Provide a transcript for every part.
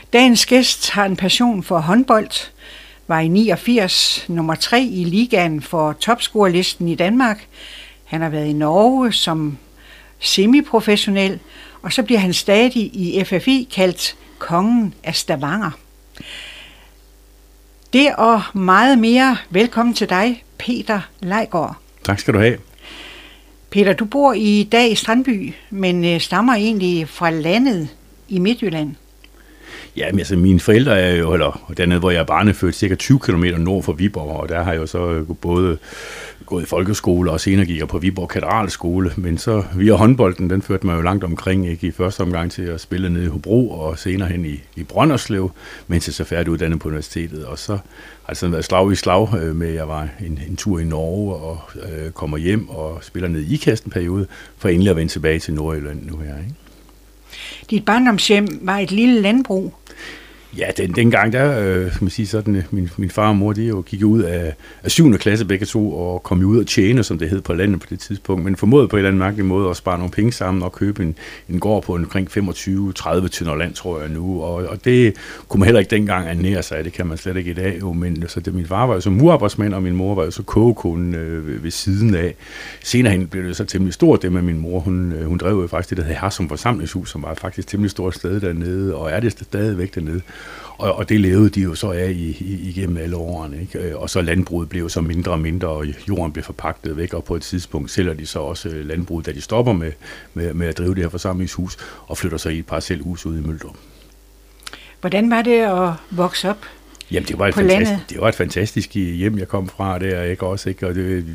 Dagens gæst har en passion for håndbold, var i 89 nummer 3 i ligaen for topscorerlisten i Danmark. Han har været i Norge som semiprofessionel, og så bliver han stadig i FFI kaldt kongen af Stavanger. Det og meget mere. Velkommen til dig, Peter Leiggaard. Tak skal du have. Peter, du bor i dag i Strandby, men stammer egentlig fra landet i Midtjylland. Ja, men altså mine forældre er jo, eller dernede, hvor jeg er barnefødt, cirka 20 km nord for Viborg, og der har jeg jo så både gået i folkeskole og senere gik jeg på Viborg Katedralskole, men så via håndbolden, den førte mig jo langt omkring, ikke i første omgang til at spille nede i Hobro og senere hen i Brønderslev, mens jeg så færdiguddannet på universitetet, og så har det sådan været slag i slag med, at jeg var en tur i Norge og kommer hjem og spiller ned i Ikast en periode, for endelig at vende tilbage til Nordjylland nu her, ikke? Dit barndomshjem var et lille landbrug. Ja, dengang der, kan man sige sådan, min far og mor, de jo gik ud af 7. klasse begge to, og kom ud og tjene, som det hed på landet på det tidspunkt, men formåede på en eller anden mærkelig måde at spare nogle penge sammen og købe en gård på omkring 25-30 tønder land, tror jeg nu, og det kunne man heller ikke dengang ernære sig, det kan man slet ikke i dag jo, men så min far var jo så murarbejdsmand, og min mor var jo så kogekone ved siden af. Senere hen blev det så temmelig stort, det med min mor, hun drev jo faktisk det, der hed Hersom Forsamlingshus, som var faktisk et temmelig stort sted dernede, og er det stadigvæk dernede. Og det levede de jo så af igennem alle årene, ikke? Og så landbruget blev så mindre og mindre, og jorden blev forpagtet væk, og på et tidspunkt sælger de så også landbruget, da de stopper med at drive det her forsamlingshus, og flytter så i et parcelhus ude i Møldrup. Hvordan var det at vokse op? Jamen, det var et fantastisk hjem, jeg kom fra der, ikke også, ikke? Og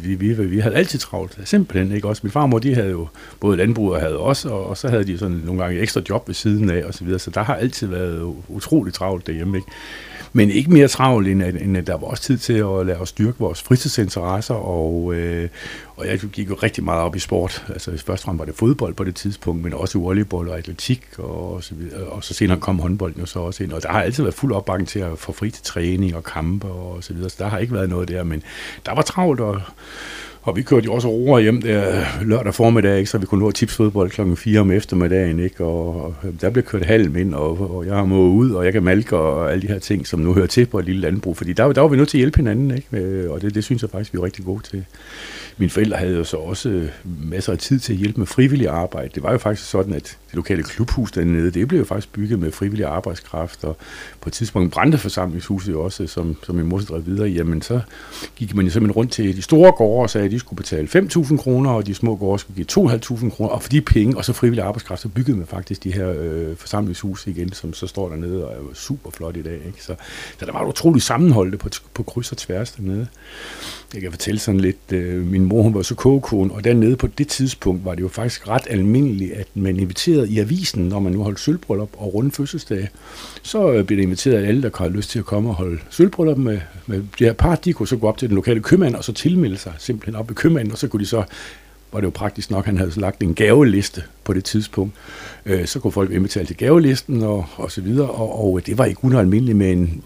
vi havde altid travlt, simpelthen, ikke også. Min far og mor, de havde jo både landbrug og havde også, og så havde de sådan nogle gange ekstra job ved siden af, og så videre, så der har altid været utroligt travlt derhjemme, ikke? Men ikke mere travlt, end at der var også tid til at lade os styrke vores fritidsinteresser, og jeg gik jo rigtig meget op i sport. Altså først og fremmest var det fodbold på det tidspunkt, men også volleyball og atletik, og så videre. Og så senere kom håndbolden jo så også ind, og der har altid været fuld opbakning til at få fri til træning og kampe og så videre, så der har ikke været noget der, men der var travlt, og vi kørte jo også roer hjem der lørdag formiddag, ikke, så vi kunne nå tipsfodbold klokken 4 om eftermiddagen, ikke, og der blev kørt halm ind, og jeg har måget ud, og jeg kan malke og alle de her ting, som nu hører til på et lille landbrug, fordi der var vi nødt til at hjælpe hinanden, ikke, og det synes jeg faktisk, vi er rigtig gode til. Mine forældre havde jo så også masser af tid til at hjælpe med frivillig arbejde. Det var jo faktisk sådan, at det lokale klubhus dernede, det blev jo faktisk bygget med frivillig arbejdskraft, og på et tidspunkt brændte forsamlingshuset jo også, som min mor drev videre. Jamen så gik man jo simpelthen rundt til de store gårde og sagde, at de skulle betale 5.000 kroner, og de små gårde skulle give 2.500 kroner, og for de penge, og så frivillig arbejdskraft, så byggede man faktisk de her forsamlingshuse igen, som så står dernede og er jo super flot i dag, ikke? Så der var et utroligt sammenhold på kryds og tværs dernede. Jeg kan fortælle sådan lidt, min mor, hun var så kogekone, og dernede på det tidspunkt var det jo faktisk ret almindeligt, at man inviterede i avisen, når man nu holdt sølvbryllup og runde fødselsdage, så blev det inviteret alle, der havde lyst til at komme og holde sølvbryllup med det her par. De kunne så gå op til den lokale købmand og så tilmelde sig simpelthen op ved købmanden, og så kunne de så, var det jo praktisk nok, han havde lagt en gaveliste på det tidspunkt. Så kunne folk invitere til gavelisten og så videre, og det var ikke ualmindeligt med en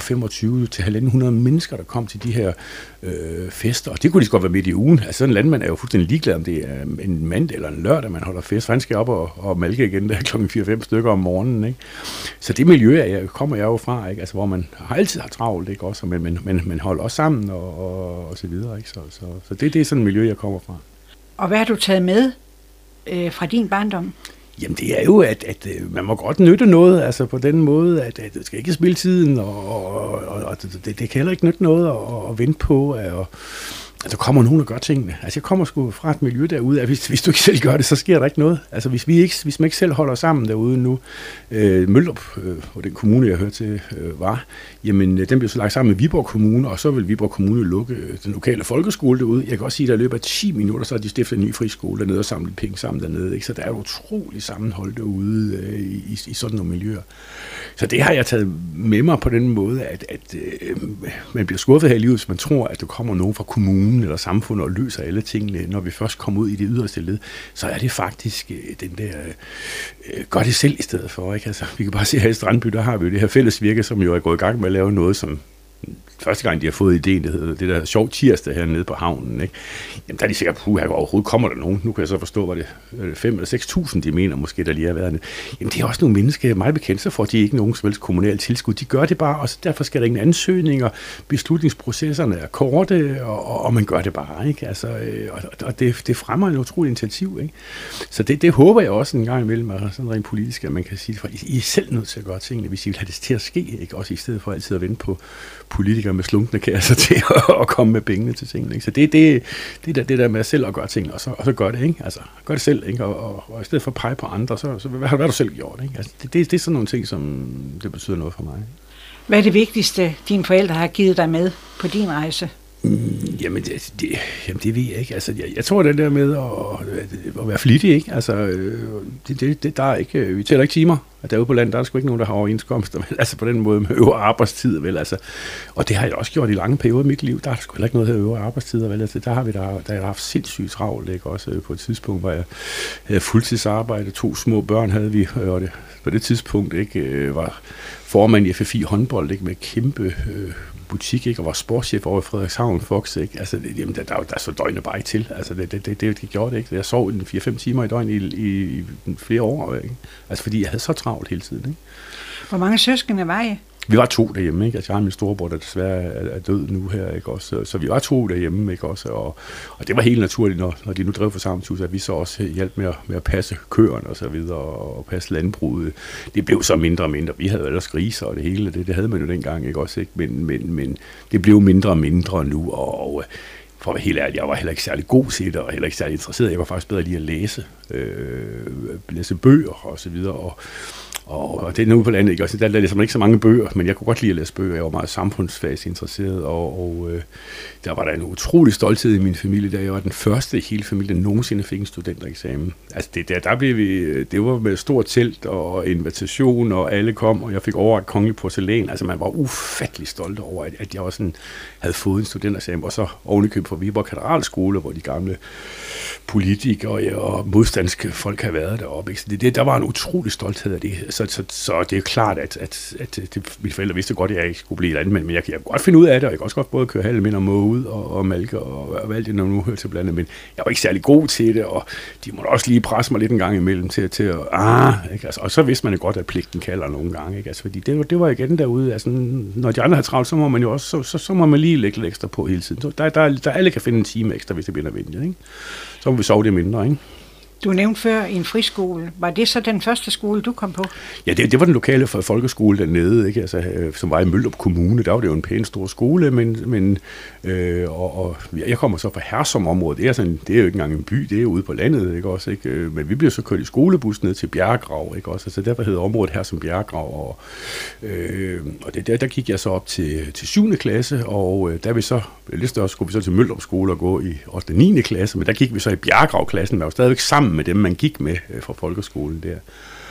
125-1.500 mennesker, der kom til de her fester, og det kunne de godt være midt i ugen. Altså sådan en landmand er jo fuldstændig ligeglad, om det er en mandag eller en lørdag, man holder fest, for han skal op og malke igen der klokken 4-5 stykker om morgenen, ikke? Så det miljø kommer jeg jo fra, ikke? Altså hvor man altid har travlt, ikke? Også, men man holder også sammen og så videre, ikke? Så det er sådan et miljø, jeg kommer fra. Og hvad har du taget med fra din barndom? Jamen det er jo, at man må godt nytte noget, altså på den måde, at det skal ikke spille tiden, og det kan heller ikke nytte noget at vente på, at der kommer nogen, der gør tingene. Altså jeg kommer sgu fra et miljø derude, at hvis du ikke selv gør det, så sker der ikke noget. Altså hvis man ikke selv holder sammen derude nu, Møldrup, hvor den kommune, jeg hørte til, var, jamen den blev så lagt sammen med Viborg Kommune, og så vil Viborg Kommune lukke den lokale folkeskole derude. Jeg kan også sige, at der løber 10 minutter, så har de stiftet en ny friskole dernede og samlet penge sammen dernede, ikke? Så der er et utroligt sammenhold derude i sådan nogle miljøer. Så det har jeg taget med mig på den måde, at man bliver skuffet her i livet, hvis man tror, at der kommer nogen fra kommunen eller samfundet og løser alle tingene. Når vi først kommer ud i det yderste led, så er det faktisk den der gør det selv i stedet for, ikke? Altså, vi kan bare se her i Strandby, der har vi jo det her fællesvirke, som jo er gået i gang med at lave noget, som første gang, de har fået idéen, det der sjov tirsdag hernede på havnen, ikke? Jamen, der er de sikkert, overhovedet kommer der nogen. Nu kan jeg så forstå, var det 5 eller 6.000, de mener måske, der lige har været. Jamen, det er også nogle mennesker, meget bekendt, så får de ikke nogen som helst kommunal tilskud. De gør det bare, og så derfor skal der ingen ansøgninger. Beslutningsprocesserne er korte, og man gør det bare, ikke? Altså, og det fremmer en utrolig initiativ, ikke? Så det håber jeg også en gang imellem, sådan rent politisk, at man kan sige, for I er selv nødt til at gøre tingene, hvis I vil have det til at ske, ikke? Også i stedet for altid at vente på politikere med slunkne kasser til at komme med pengene til tingene, ikke? Så det der med selv at gøre tingene, og så gør det, ikke? Altså, gør det selv, ikke? Og i stedet for at pege på andre, så hvad har du selv gjort, ikke? Altså, det er sådan nogle ting, som det betyder noget for mig. Hvad er det vigtigste, dine forældre har givet dig med på din rejse? Jamen, det ved jeg ikke. Altså, jeg tror, det der med at være flittig, ikke? Altså, der er ikke, vi tæller ikke timer. Og derude på landet, der er sgu ikke nogen, der har overenskomster, vel? Altså på den måde med øvre arbejdstid, vel? Altså, og det har jeg også gjort i lange perioder i mit liv. Der er sgu heller ikke noget, der hedder øvre arbejdstider, vel? Altså, der har jeg haft sindssygt travlt, ikke? Også på et tidspunkt, hvor jeg havde fuldtidsarbejde, 2 små børn havde vi, og det, på det tidspunkt, ikke, var formand i FFI håndbold, ikke? Med kæmpe butik, ikke? Og var sportschef over i Frederikshavn Fox, ikke? Altså, jamen, der så døgnet bare ikke til. Altså, det gjorde det ikke. Jeg sov 4-5 timer i døgnet i flere år, ikke? Altså, fordi jeg havde så travlt hele tiden, ikke? Hvor mange søskende var I? Vi var 2 derhjemme, ikke? Altså, jeg har min storebror, der desværre er død nu her, ikke? Også, så vi var 2 derhjemme, ikke? Også, og det var helt naturligt, når de nu drev forsamlingshus, at vi så også hjalp med at passe køerne og så videre, og passe landbruget. Det blev så mindre og mindre. Vi havde ellers griser og det hele, det havde man jo dengang, ikke? Også, ikke? Men det blev mindre og mindre nu, og for at være helt ærlig, jeg var heller ikke særlig god til det, og heller ikke særlig interesseret. Jeg var faktisk bedre lige at læse bøger og så videre, og det er nu på landet, ikke? Også, der er ligesom ikke så mange bøger, men jeg kunne godt lide at læse bøger. Jeg var meget samfundsfags interesseret, og der var der en utrolig stolthed i min familie, da jeg var den første i hele familien, der nogensinde fik en studentereksamen. Altså der blev vi, det var med stort telt og invitation, og alle kom, og jeg fik overrakt kongelig porcelæn. Altså man var ufattelig stolt over, at jeg også sådan havde fået en studentereksamen, og så ovenikøbet fra Viborg Katedralskole, hvor de gamle politikere og modstandske folk havde været deroppe. Ikke? Så der var en utrolig stolthed af det. Så det er klart, at mine forældre vidste godt, at jeg ikke skulle blive landmand, men jeg kan godt finde ud af det, og jeg kan også godt både køre halvmænd og måge ud og malke og alt det, når nu hører til blandet, men jeg var ikke særlig god til det, og de måtte også lige presse mig lidt en gang imellem til at ikke? Altså, og så vidste man jo godt, at pligten kalder nogle gange, ikke? Altså, fordi det var igen derude, altså, når de andre har travlt, så må man jo også, så må man lige lægge lidt ekstra på hele tiden. Så der alle kan finde en time ekstra, hvis det bliver nødvendigt, ikke? Så må vi sove det mindre, ikke? Du nævnte før en friskole. Var det så den første skole, du kom på? Ja, det var den lokale folkeskole dernede, ikke? Altså, som var i Møldrup Kommune. Der var det jo en pæn stor skole, men jeg kommer så fra Hersom-området. Det er jo ikke engang en by, det er jo ude på landet, ikke også, ikke? Men vi blev så kørt i skolebus ned til Bjerregrav, ikke også? Altså, derfor hedder området Hersom Bjerregrav, og der gik jeg så op til 7. klasse, og der vi så lidt større skulle vi så til Møldrup skole og gå i 8. og 9. klasse, men der gik vi så i Bjerregrav-klassen, men var stadigvæk sammen med dem, man gik med fra folkeskolen der.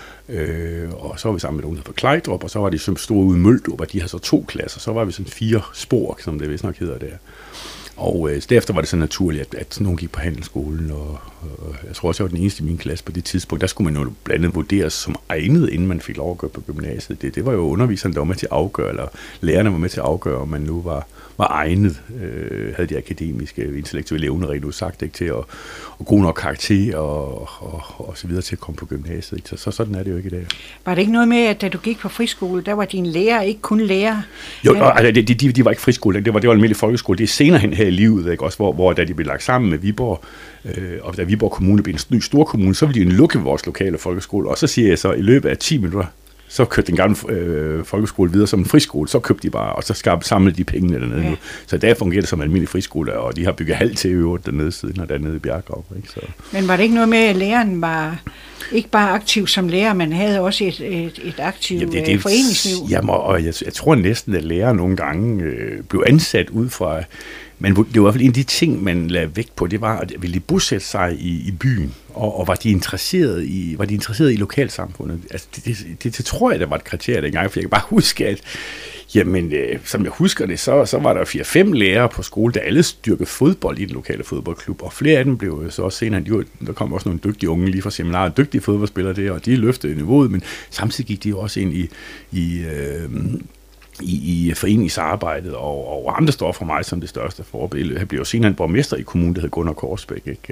Og så var vi sammen med nogen, der fra Klejdrup, og så var de som store ude i Møldrup, og de havde så 2 klasser. Så var vi sådan 4 spor, som det vist nok hedder der. Og derefter var det så naturligt, at nogen gik på handelsskolen, og jeg tror også, jeg var den eneste i min klasse på det tidspunkt. Der skulle man jo blandt andet vurderes som egnet, inden man fik lov at gå på gymnasiet. Det var jo underviseren, der var med til at afgøre, eller lærerne var med til at afgøre, om man nu var egnet, havde de akademiske, intellektuelle evner rent udsagt, ikke, til at gode nok karakter og så videre til at komme på gymnasiet. Ikke? Så sådan er det jo ikke i dag. Var det ikke noget med, at da du gik på friskole, der var dine lærer ikke kun lærer? Jo, de var ikke friskole, det var almindelig folkeskole. Det er senere hen her i livet, ikke? Også hvor da de blev lagt sammen med Viborg, og da Viborg Kommune blev en ny stor kommune, så ville de lukke vores lokale folkeskole. Og så siger jeg så, i løbet af 10 minutter, så kørte den gamle folkeskole videre som en friskole, så købte de bare, og så samlede de pengene dernede. Ja. Så i dag fungerer det som en almindelig friskole, og de har bygget halv til øvrigt dernede siden, og dernede i Bjerregrav. Ikke? Så. Men var det ikke noget med, at læreren var ikke bare aktiv som lærer, men havde også et aktivt foreningsliv? Jamen, og jeg tror næsten, at lærere nogle gange blev ansat ud fra. Men det var i hvert fald en af de ting, man lagde vægt på, det var, at ville de bosætte sig i byen, og var de interesseret i lokalsamfundet. Altså, det tror jeg, der var et kriterie dengang, for jeg kan bare huske, at jamen, som jeg husker det, så var der 4-5 lærere på skole, der alle styrkede fodbold i den lokale fodboldklub, og flere af dem blev så også senere, der kom også nogle dygtige unge lige fra seminaret, dygtige fodboldspillere der, og de løftede niveauet, men samtidig gik de også ind i foreningsarbejdet, og andre står for mig som det største forbillede. Han blev jo senere en borgmester i kommunen, der hed Gunnar Korsbæk, ikke?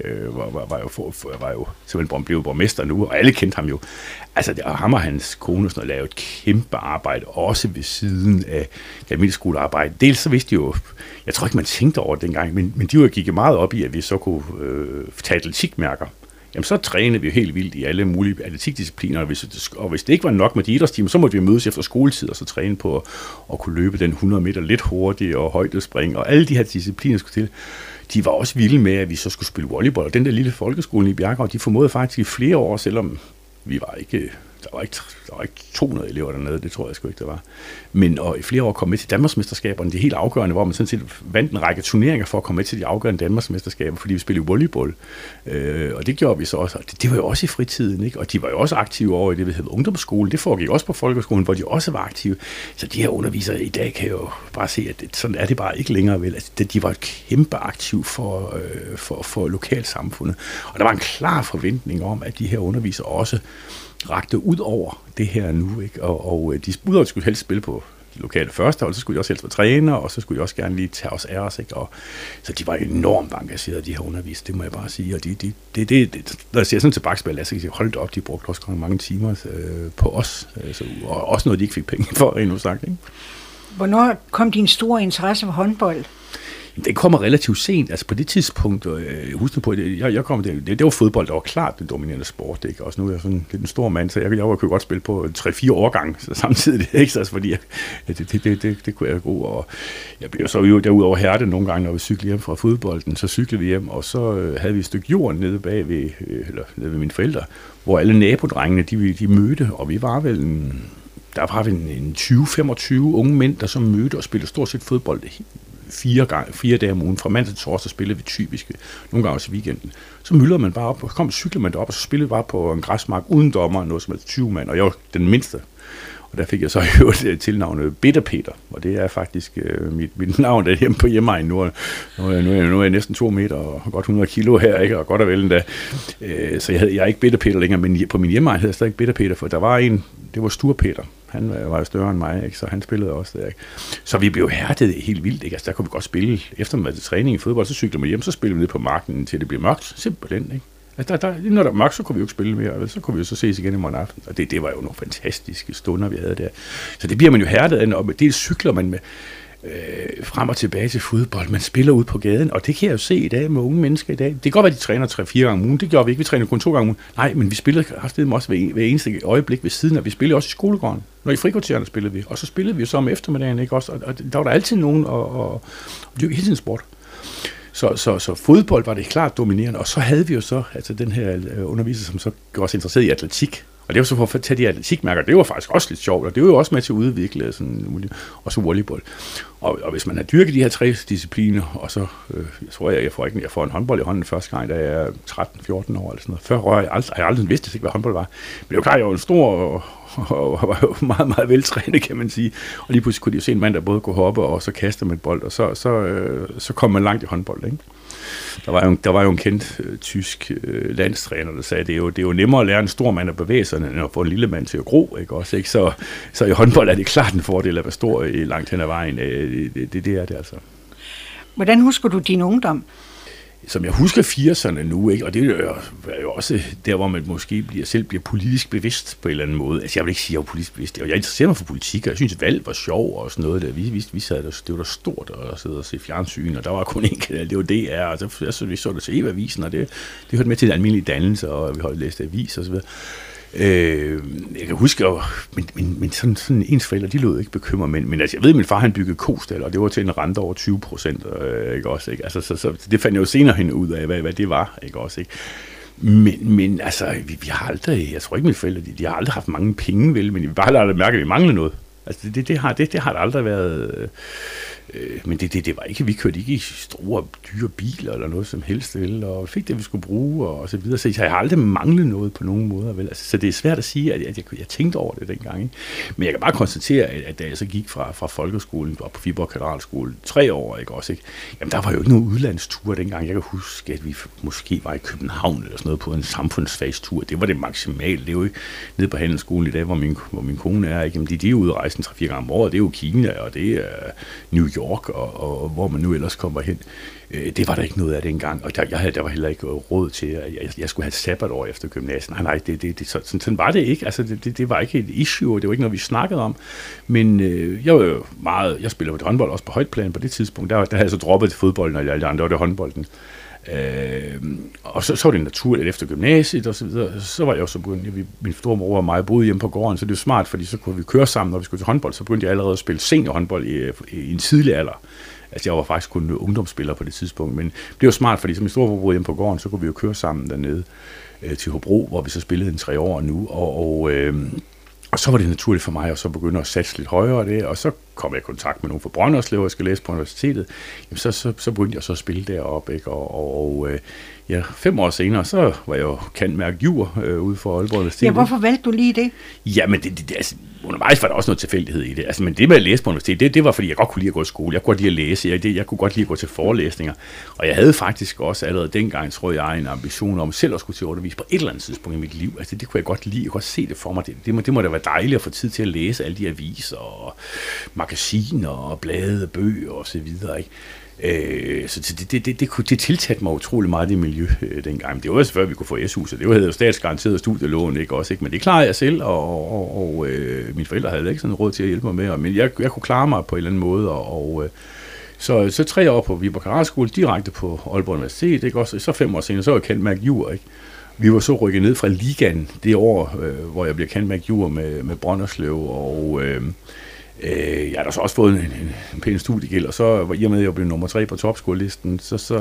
Var jo simpelthen blevet borgmester nu, og alle kendte ham jo. Altså, ham og hans kone sådan lavede et kæmpe arbejde, også ved siden af middelskolearbejde. Dels så vidste de jo, jeg tror ikke, man tænkte over det dengang, men de gik meget op i, at vi så kunne tage atletikmærker. Jamen, så trænede vi jo helt vildt i alle mulige atletikdiscipliner, og hvis det ikke var nok med de idrætstimer, så måtte vi mødes efter skoletid og så træne på at kunne løbe den 100 meter lidt hurtigt og højdespring, og alle de her discipliner skulle til. De var også vilde med, at vi så skulle spille volleyball, og den der lille folkeskole i Bjergård, de formåede faktisk i flere år, selvom vi var ikke... Der var ikke 200 elever dernede, det tror jeg sgu ikke, der var. Men og i flere år kom med til Danmarksmesterskaberne, det er helt afgørende, hvor man sådan set vandt en række turneringer for at komme med til de afgørende Danmarksmesterskaber, fordi vi spillede volleyball. Og det gjorde vi så også. Det var jo også i fritiden, ikke? Og de var jo også aktive over i det, vi hedder ungdomsskolen. Det foregik også på folkeskolen, hvor de også var aktive. Så de her undervisere i dag kan jo bare se, at sådan er det bare ikke længere vel. Altså, de var et kæmpe aktiv for lokalsamfundet. Og der var en klar forventning om, at de her undervisere også rakte ud over det her nu, ikke? Og de udover skulle helst spille på lokale førstehold, så skulle de også helst være træner, og så skulle de også gerne lige tage os af os, ikke? Og så de var enormt engagerede, de her undervisere, det må jeg bare sige. Og når jeg ser sådan tilbagespil, så kan jeg holde op, de brugte også mange timer på os, og også noget, de ikke fik penge for, endnu sagt, ikke? Hvornår kom din store interesse for håndbold? Det kommer relativt sent, altså på det tidspunkt, husk på, jeg kom, det var fodbold, der var klart den dominerende sport, ikke? Også nu er jeg sådan lidt en stor mand, så jeg kunne godt spille på 3-4 årgange samtidig, ikke? Så, fordi det kunne jeg gå, og jeg blev så jo derudover hærdet nogle gange, når vi cyklede hjem fra fodbolden, så cyklede vi hjem, og så havde vi et stykke jord nede ved mine forældre, hvor alle nabodrengene, de mødte, og vi var vel der var en 20-25 unge mænd, der så mødte og spillede stort set fodbold 4 dage om ugen. Fra mandag til torsdag spillede vi typisk, nogle gange også i weekenden. Så myldrede man bare op, og så cyklede man derop, og så spillede vi bare på en græsmark uden dommer, noget som helst 20 mand, og jeg var den mindste. Og der fik jeg så hørt tilnavnet Bitter Peter, og det er faktisk mit navn, der er hjemme på hjemmeegnen. Nu er jeg næsten 2 meter og godt 100 kilo her, ikke? Og godt og vel endda. Så jeg er ikke Bitter Peter længere, men på min hjemmeegn hedder jeg stadig Bitter Peter, for der var en, det var Stur Peter. Han var jo større end mig, ikke? Så han spillede også der, ikke? Så vi blev hærdet helt vildt, ikke? Altså, der kunne vi godt spille eftermiddag til træning i fodbold, så cyklede man hjem, så spillede vi ned på marken, til det blev mørkt. Simpelthen, ikke? Altså, når der er mørkt, så kunne vi jo ikke spille mere, så kunne vi jo så ses igen i morgen aften. Og det var jo nogle fantastiske stunder, vi havde der. Så det bliver man jo hærdet af, og det cykler man med frem og tilbage til fodbold. Man spiller ud på gaden, og det kan jeg jo se i dag med unge mennesker i dag. Det kan godt være, de træner 3-4 gange om ugen. Det gjorde vi ikke. Vi træner kun 2 gange om ugen. Nej, men vi spiller også ved eneste øjeblik ved siden af. Vi spillede også i skolegården. Når i frikvartererne spillede vi, og så spillede vi jo så om eftermiddagen, ikke også? Og der var der altid nogen, og det var hele tiden sport. Så fodbold var det klart dominerende, og så havde vi jo så altså den her underviser, som så gjorde os interesseret i atletik. Og det var så for at tage de atletikmærker, det var faktisk også lidt sjovt, og det var jo også med til at udvikle sådan, og så volleyball. Og hvis man har dyrket de her 3 discipliner, og så tror jeg får en håndbold i hånden første gang, da jeg er 13-14 år eller sådan noget. Før har jeg aldrig vidst ikke, hvad håndbold var. Men det var klart, jeg var en stor og var jo meget, meget veltrænet, kan man sige. Og lige pludselig kunne de jo se en mand, der både kunne hoppe og så kaste med et bold, og så kom man langt i håndbold, ikke? Der var jo en kendt tysk landstræner, der sagde, at det er jo nemmere at lære en stor mand at bevæge sig, end at få en lille mand til at gro, ikke også, ikke? Så i håndbold er det klart en fordel at være stor i langt hen ad vejen. Det er det altså. Hvordan husker du din ungdom? Som jeg husker 80'erne nu, ikke? Og det er jo også der, hvor man måske selv bliver politisk bevidst på en eller anden måde. Altså jeg vil ikke sige, at jeg var politisk bevidst. Jeg interesserer mig for politik, og jeg synes, at valg var sjov og sådan noget. Der. Vi sad der, det var da stort at sidde og se fjernsyn, og der var kun en kanal, det var DR, og så vi så det til Eva-avisen, og det hørte med til den almindelige dannelse, og vi havde læst avis og så videre. Jeg kan huske, men sådan ens forældre, de lød ikke bekymret, men altså, jeg ved, at min far, han byggede kostal, og det var til en rente over 20%, ikke også, ikke? Altså, så det fandt jeg jo senere hen ud af, hvad det var, ikke også, ikke? Men altså, vi har aldrig, jeg tror ikke, mine forældre, de har aldrig haft mange penge, vel, men vi bare aldrig mærket, at vi mangler noget. Altså, det har der aldrig været Men det var ikke, vi kørte ikke i store, dyre biler eller noget som helst, vel, og fik det, vi skulle bruge, og så videre. Så jeg har aldrig manglet noget på nogen måde, vel. Altså, så det er svært at sige, at jeg tænkte over det dengang, ikke? Men jeg kan bare konstatere, at da jeg så gik fra folkeskolen op på Viborg Katedralskole 3 år, ikke også, ikke? Jamen, der var jo ikke nogen udlandsture dengang. Jeg kan huske, at vi måske var i København eller sådan noget på en samfundsfagstur. Det var det maksimale. Det er jo ikke nede på handelsskolen i dag, hvor min kone er, ikke? Jamen, de er ude at rejse 3-4 gange om året. Det er jo Kina, og det er New York, og hvor man nu ellers kommer hen. Det var der ikke noget af dengang, og der var heller ikke råd til, at jeg skulle have et sabbatår efter gymnasiet. Nej, sådan var det ikke. Altså, det var ikke et issue, det var ikke noget, vi snakkede om. Men jeg spillede håndbold også på højt plan på det tidspunkt. Der havde jeg så droppet fodbolden, og alle andre, var det håndbolden. Og så var det naturligt efter gymnasiet og så videre. Så var jeg jo så begyndt, min stormor og mig boede hjemme på gården, så det var smart, fordi så kunne vi køre sammen, når vi skulle til håndbold. Så begyndte jeg allerede at spille seniorhåndbold i en tidlig alder. Altså jeg var faktisk kun ungdomsspiller på det tidspunkt, men det var smart, fordi som min stormor boede hjemme på gården, så kunne vi jo køre sammen dernede til Hobro, hvor vi så spillede en 3 år nu, og så var det naturligt for mig at så begynde at satse lidt højere det, og så kom jeg i kontakt med nogen fra Brønderslev, og skal læse på universitetet. Jamen så begyndte jeg så at spille deroppe, ikke? Og 5 år senere, så var jeg jo cand.merc. jur ude for Aalborg Universitet. Ja, hvorfor valgte du lige det? Jamen, altså, undervejs var der også noget tilfældighed i det. Altså, men det med at læse på universitet, det var, fordi jeg godt kunne lide at gå i skole. Jeg kunne godt lide at læse. Jeg kunne godt lide at gå til forelæsninger. Og jeg havde faktisk også allerede dengang, tror jeg, en ambition om selv at skulle til at undervise på et eller andet tidspunkt i mit liv. Altså, det kunne jeg godt lide. Jeg kunne godt se det for mig. Det må da være dejligt at få tid til at læse alle de aviser og magasiner og blade, bøger og så videre, ikke? Så det tiltalte mig utrolig meget i miljø dengang. Det var også før vi kunne få SU, så det havde jo statsgaranteret studielån, ikke også, ikke? Men det klarede jeg selv, og mine forældre havde ikke sådan råd til at hjælpe mig med, men jeg kunne klare mig på en eller anden måde, så 3 år på Viborg Katedralskole, direkte på Aalborg Universitet, ikke også? Så 5 år senere, så var jeg cand.merc. jur, ikke? Vi var så rykket ned fra ligaen det år, hvor jeg blev cand.merc. jur med Brønderslev, og jeg har da så også fået en pæn studiegæld, og så i og med, at jeg blev nummer 3 på topskolelisten, så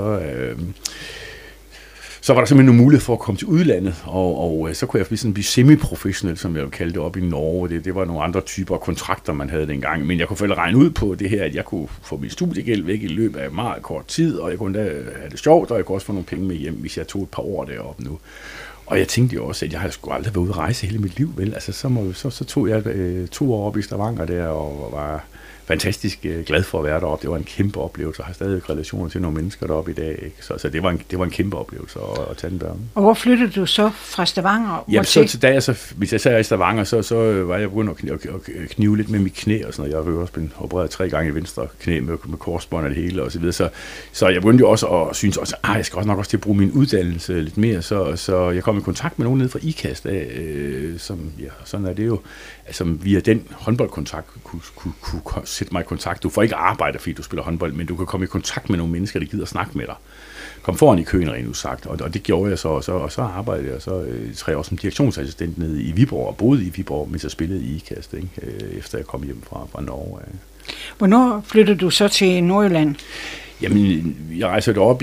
var der simpelthen en mulighed for at komme til udlandet, og så kunne jeg blive semi-professionel, som jeg jo kaldte det, op i Norge. Det var nogle andre typer kontrakter, man havde dengang, men jeg kunne følge regne ud på det her, at jeg kunne få min studiegæld væk i løbet af meget kort tid, og jeg kunne da have det sjovt, og jeg kunne også få nogle penge med hjem, hvis jeg tog et par år deroppe nu. Og jeg tænkte jo også, at jeg havde sgu aldrig været ude at rejse hele mit liv, vel? Altså, så tog jeg 2 år op i Stavanger der, og var fantastisk glad for at være deroppe. Det var en kæmpe oplevelse, og har stadig relationer til nogle mennesker deroppe i dag, ikke? Så det var en kæmpe oplevelse at tage den der. Og hvor flyttede du så fra Stavanger? Jamen, hvis jeg sad i Stavanger, så var jeg begyndt at knive lidt med mit knæ og sådan noget. Jeg var jo også blevet opereret 3 gange i venstre knæ med korsbånd og det hele og så videre. Så jeg begyndte jo også at synes også, jeg skal også nok også til at bruge min uddannelse lidt mere. Så jeg kom i kontakt med nogen nede fra IKAST, sådan er det jo. Altså via den håndboldkontakt kunne sætte mig i kontakt. Du får ikke arbejde, fordi du spiller håndbold, men du kan komme i kontakt med nogle mennesker, der gider at snakke med dig. Kom foran i køen, rent udsagt. Og det gjorde jeg så, og så arbejdede jeg så 3 år som direktionsassistent nede i Viborg, og boede i Viborg, mens jeg spillede i IKAST, ikke? Efter jeg kom hjem fra Norge. Hvornår flyttede du så til Nordjylland? Jamen, jeg rejser derop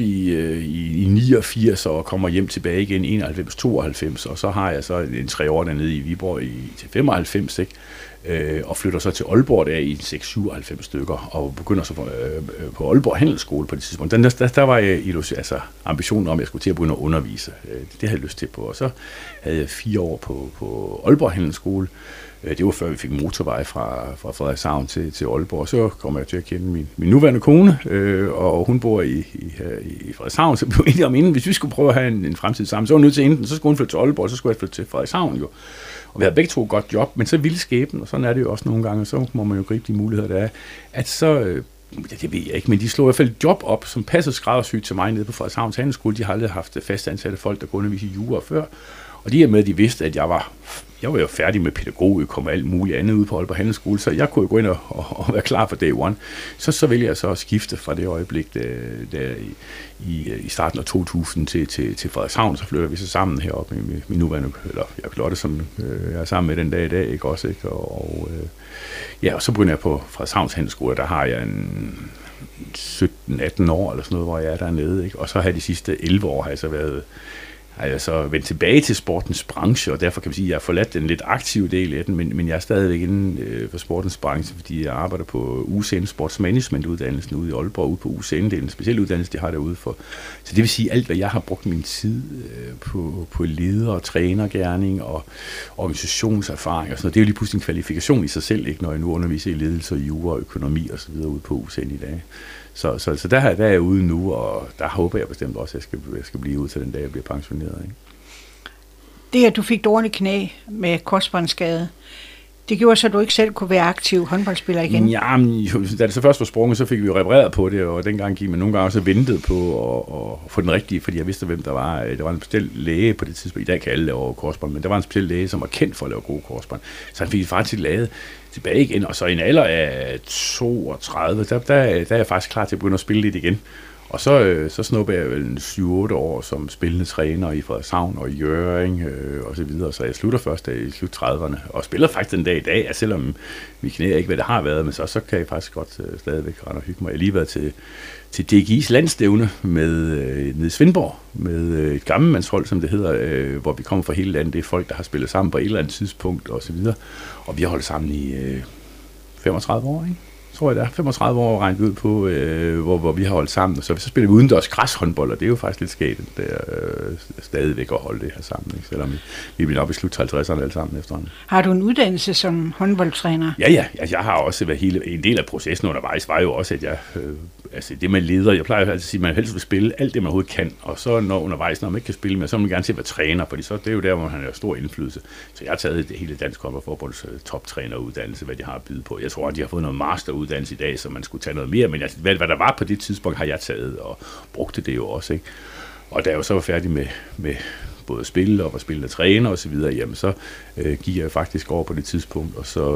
i 89 og kommer hjem tilbage igen 91-92, og så har jeg så en 3 år dernede i Viborg til 95, ikke? Og flytter så til Aalborg der i 6-97 stykker, og begynder så på Aalborg Handelsskole på det tidspunkt. Der var jeg ambitionen om, at jeg skulle til at begynde at undervise. Det havde jeg lyst til på, og så havde jeg 4 år på Aalborg Handelsskole. Det var før vi fik motorvej fra Frederikshavn til Aalborg. Så kom jeg til at kende min nuværende kone, og hun bor i Frederikshavn, så blev vi enige om inden, hvis vi skulle prøve at have en fremtid sammen, så var hun nødt til enten, så skulle hun flytte til Aalborg, så skulle jeg flytte til Frederikshavn jo. Og vi havde begge to et godt job, men så ville skæbnen, og sådan er det jo også nogle gange, så må man jo gribe de muligheder, der er, at så, det ved jeg ikke, men de slog i hvert fald et job op, som passede skræddersygt til mig nede på Frederikshavns Handelsskole. De har aldrig haft fastansatte folk, der kunne undervise i jura før, og de her med, at de vidste, at jeg var jo færdig med pædagogik og alt muligt andet ude på Aalborg Handelsskole, så jeg kunne jo gå ind og være klar for day one. Så vælger jeg så at skifte fra det øjeblik, der i starten af 2000 til Frederikshavn, så flytter vi så sammen heroppe med min nuværende, eller Lotte, som jeg er sammen med den dag i dag, ikke også, ikke? Og så begynder jeg på Frederikshavns Handelsskole, der har jeg en 17-18 år eller sådan noget, hvor jeg er dernede, ikke? Og så har jeg de sidste 11 år, har jeg så været har jeg så vendt tilbage til sportens branche, og derfor kan man sige, at jeg har forladt den lidt aktive del af den, men jeg er stadigvæk inden for sportens branche, fordi jeg arbejder på UCN Sportsmanagement-uddannelsen ude i Aalborg, ude på UCN, det er en speciel uddannelse, de har derude for. Så det vil sige, alt hvad jeg har brugt min tid på leder- og trænergerning og organisationserfaring og sådan noget, det er jo lige pludselig en kvalifikation i sig selv, ikke, når jeg nu underviser i ledelse, jura og økonomi og så videre ude på UCN i dag. Så der er jeg ude nu, og der håber jeg bestemt også, at jeg skal blive ude til den dag, jeg bliver pensioneret. Ikke? Det, at du fik dårligt knæ med korsbåndsskade, det gjorde så, at du ikke selv kunne være aktiv håndboldspiller igen? Ja, da det så først var sprunget, så fik vi jo repareret på det, og dengang gik man nogle gange også ventet på at få den rigtige, fordi jeg vidste, hvem der var. Der var en speciel læge på det tidspunkt. I dag kan alle lave korsbånd, men der var en speciel læge, som var kendt for at lave gode korsbånd. Så han fik faktisk lavet tilbage igen, og så i en alder af 32, der er jeg faktisk klar til at begynde at spille lidt igen. Og så snuppede jeg vel 7-8 år som spillende træner i Frederikshavn og i Hjørring og så videre. Så jeg slutter først i slut 30'erne og spiller faktisk den dag i dag. Altså, selvom mit knæ ikke, hvad det har været, men så kan jeg faktisk godt stadigvæk rende og hygge mig. Jeg har lige været til DGI's landstævne nede i Svendborg med et gammelmandshold, som det hedder, hvor vi kommer fra hele landet. Det er folk, der har spillet sammen på et eller andet tidspunkt og så videre. Og vi har holdt sammen i 35 år, ikke? Tror jeg, der er 35 år regnet ud på, hvor vi har holdt sammen. Og så spiller vi udendørs græshåndbold, og det er jo faktisk lidt skægt, stadigvæk at holde det her sammen. Ikke? Selvom vi bliver op i slut 50'erne alle sammen efterhånden. Har du en uddannelse som håndboldtræner? Ja. Altså, jeg har også været en del af processen undervejs, var jo også, at jeg... Altså det man leder, jeg plejer altid at sige, at man helst vil spille alt det, man overhovedet kan, og så når undervejs, når man ikke kan spille mere, så vil man gerne til at være træner, fordi så det er jo der, hvor man har stor indflydelse. Så jeg har taget det hele Dansk Håndboldforbunds toptræneruddannelse, hvad de har at byde på. Jeg tror, at de har fået noget masteruddannelse i dag, så man skulle tage noget mere, men altså, hvad der var på det tidspunkt, har jeg taget og brugte det jo også, ikke? Og da jeg jo så var færdig med både at spille og spille træner og så videre, jamen så gik jeg faktisk over på det tidspunkt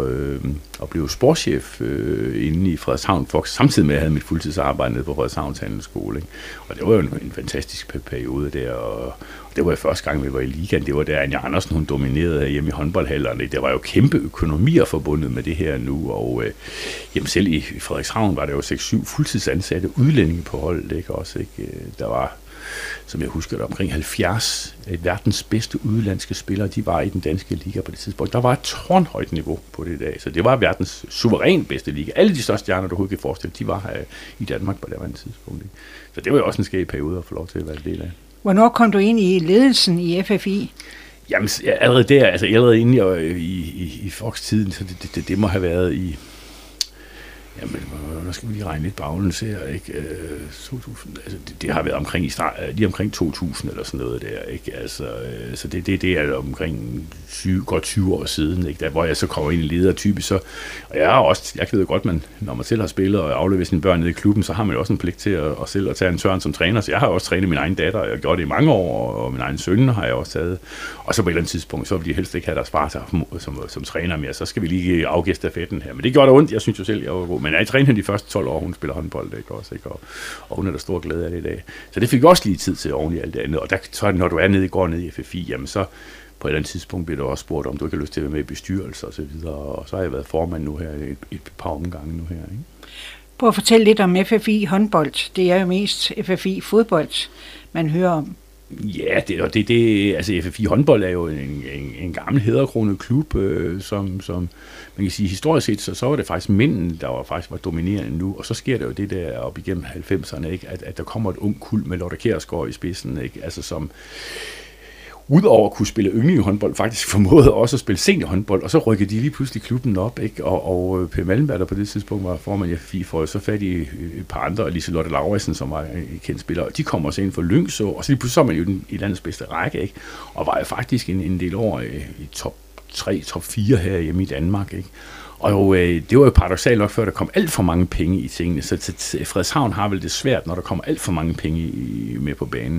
og blev sportschef inde i Frederikshavn Fox, samtidig med at jeg havde mit fuldtidsarbejde nede på Frederikshavns Handelsskole. Ikke? Og det var jo en fantastisk periode der, og det var jo første gang, vi var i ligaen. Det var der, Anja Andersen, hun dominerede hjemme i håndboldhallerne. Der var jo kæmpe økonomier forbundet med det her nu, og jamen selv i Frederikshavn var der jo 6-7 fuldtidsansatte udlændinge på holdet, ikke? Også, ikke? Der var, som jeg husker det, omkring 70 verdens bedste udenlandske spillere, de var i den danske liga på det tidspunkt. Der var et tårnhøjt niveau på det i dag, så det var verdens suverænt bedste liga. Alle de største stjerner, du overhovedet kan forestille, de var her i Danmark på det her tidspunkt. Ikke? Så det var jo også en skæg periode at få lov til at være en del af. Hvornår kom du ind i ledelsen i FFI? Jamen allerede der, altså allerede inde i Fox-tiden, så det må have været i... Jamen, nu skal vi lige regne lidt baglæns her, ikke? 2000, altså det har været omkring lige omkring 2000 eller sådan noget der, ikke? Altså, så det er omkring godt 20 år siden, ikke? Der, hvor jeg så kommer ind i ledertype, så, og jeg ved godt, når man selv har spillet og afleveret sine børn nede i klubben, så har man jo også en pligt til at selv at tage en tørn som træner, så jeg har også trænet min egen datter, og jeg har gjort det i mange år, og min egen søn har jeg også taget, og så på et eller andet tidspunkt, så vil de helst ikke have deres far som træner mere, så skal vi lige afgive stafetten her, men det gjorde da ondt, jeg synes jo selv, jeg var god. Men jeg trænede hende de første 12 år, hun spiller håndbold, ikke også, ikke? Og hun er der stor glæde af det i dag. Så det fik også lige tid til oven i alt det andet. Og der, så når du går ned i FFI, jamen så på et eller andet tidspunkt bliver du også spurgt, om du ikke har lyst til at være med i bestyrelse og så videre. Og så har jeg været formand nu her et par omgange nu her, ikke? Prøv at fortælle lidt om FFI håndbold. Det er jo mest FFI fodbold, man hører om. Ja, altså FFI håndbold er jo en gammel hæderkronet klub, som man kan sige historisk set, så var det faktisk mændene, der var dominerende nu, og så sker der jo det der op igennem 90'erne, ikke, at der kommer et ung kuld med Lotte Kjærsgaard i spidsen, ikke, altså som udover at kunne spille yndlingehåndbold, faktisk formåede også at spille seniorhåndbold, og så rykkede de lige pludselig klubben op, ikke? Og Per Malmberg, der på det tidspunkt var formand i FFI, får så fat i et par andre, og Liselotte Lauritsen, som var en kendt spiller, og de kommer også ind for Lyngså, og så lige pludselig så man jo i landets bedste række, ikke? Og var jo faktisk en del år i top 3, top 4 her hjemme i Danmark, ikke? Og det var jo paradoksalt nok, før der kom alt for mange penge i tingene, så Frederikshavn har vel det svært, når der kommer alt for mange penge med på banen.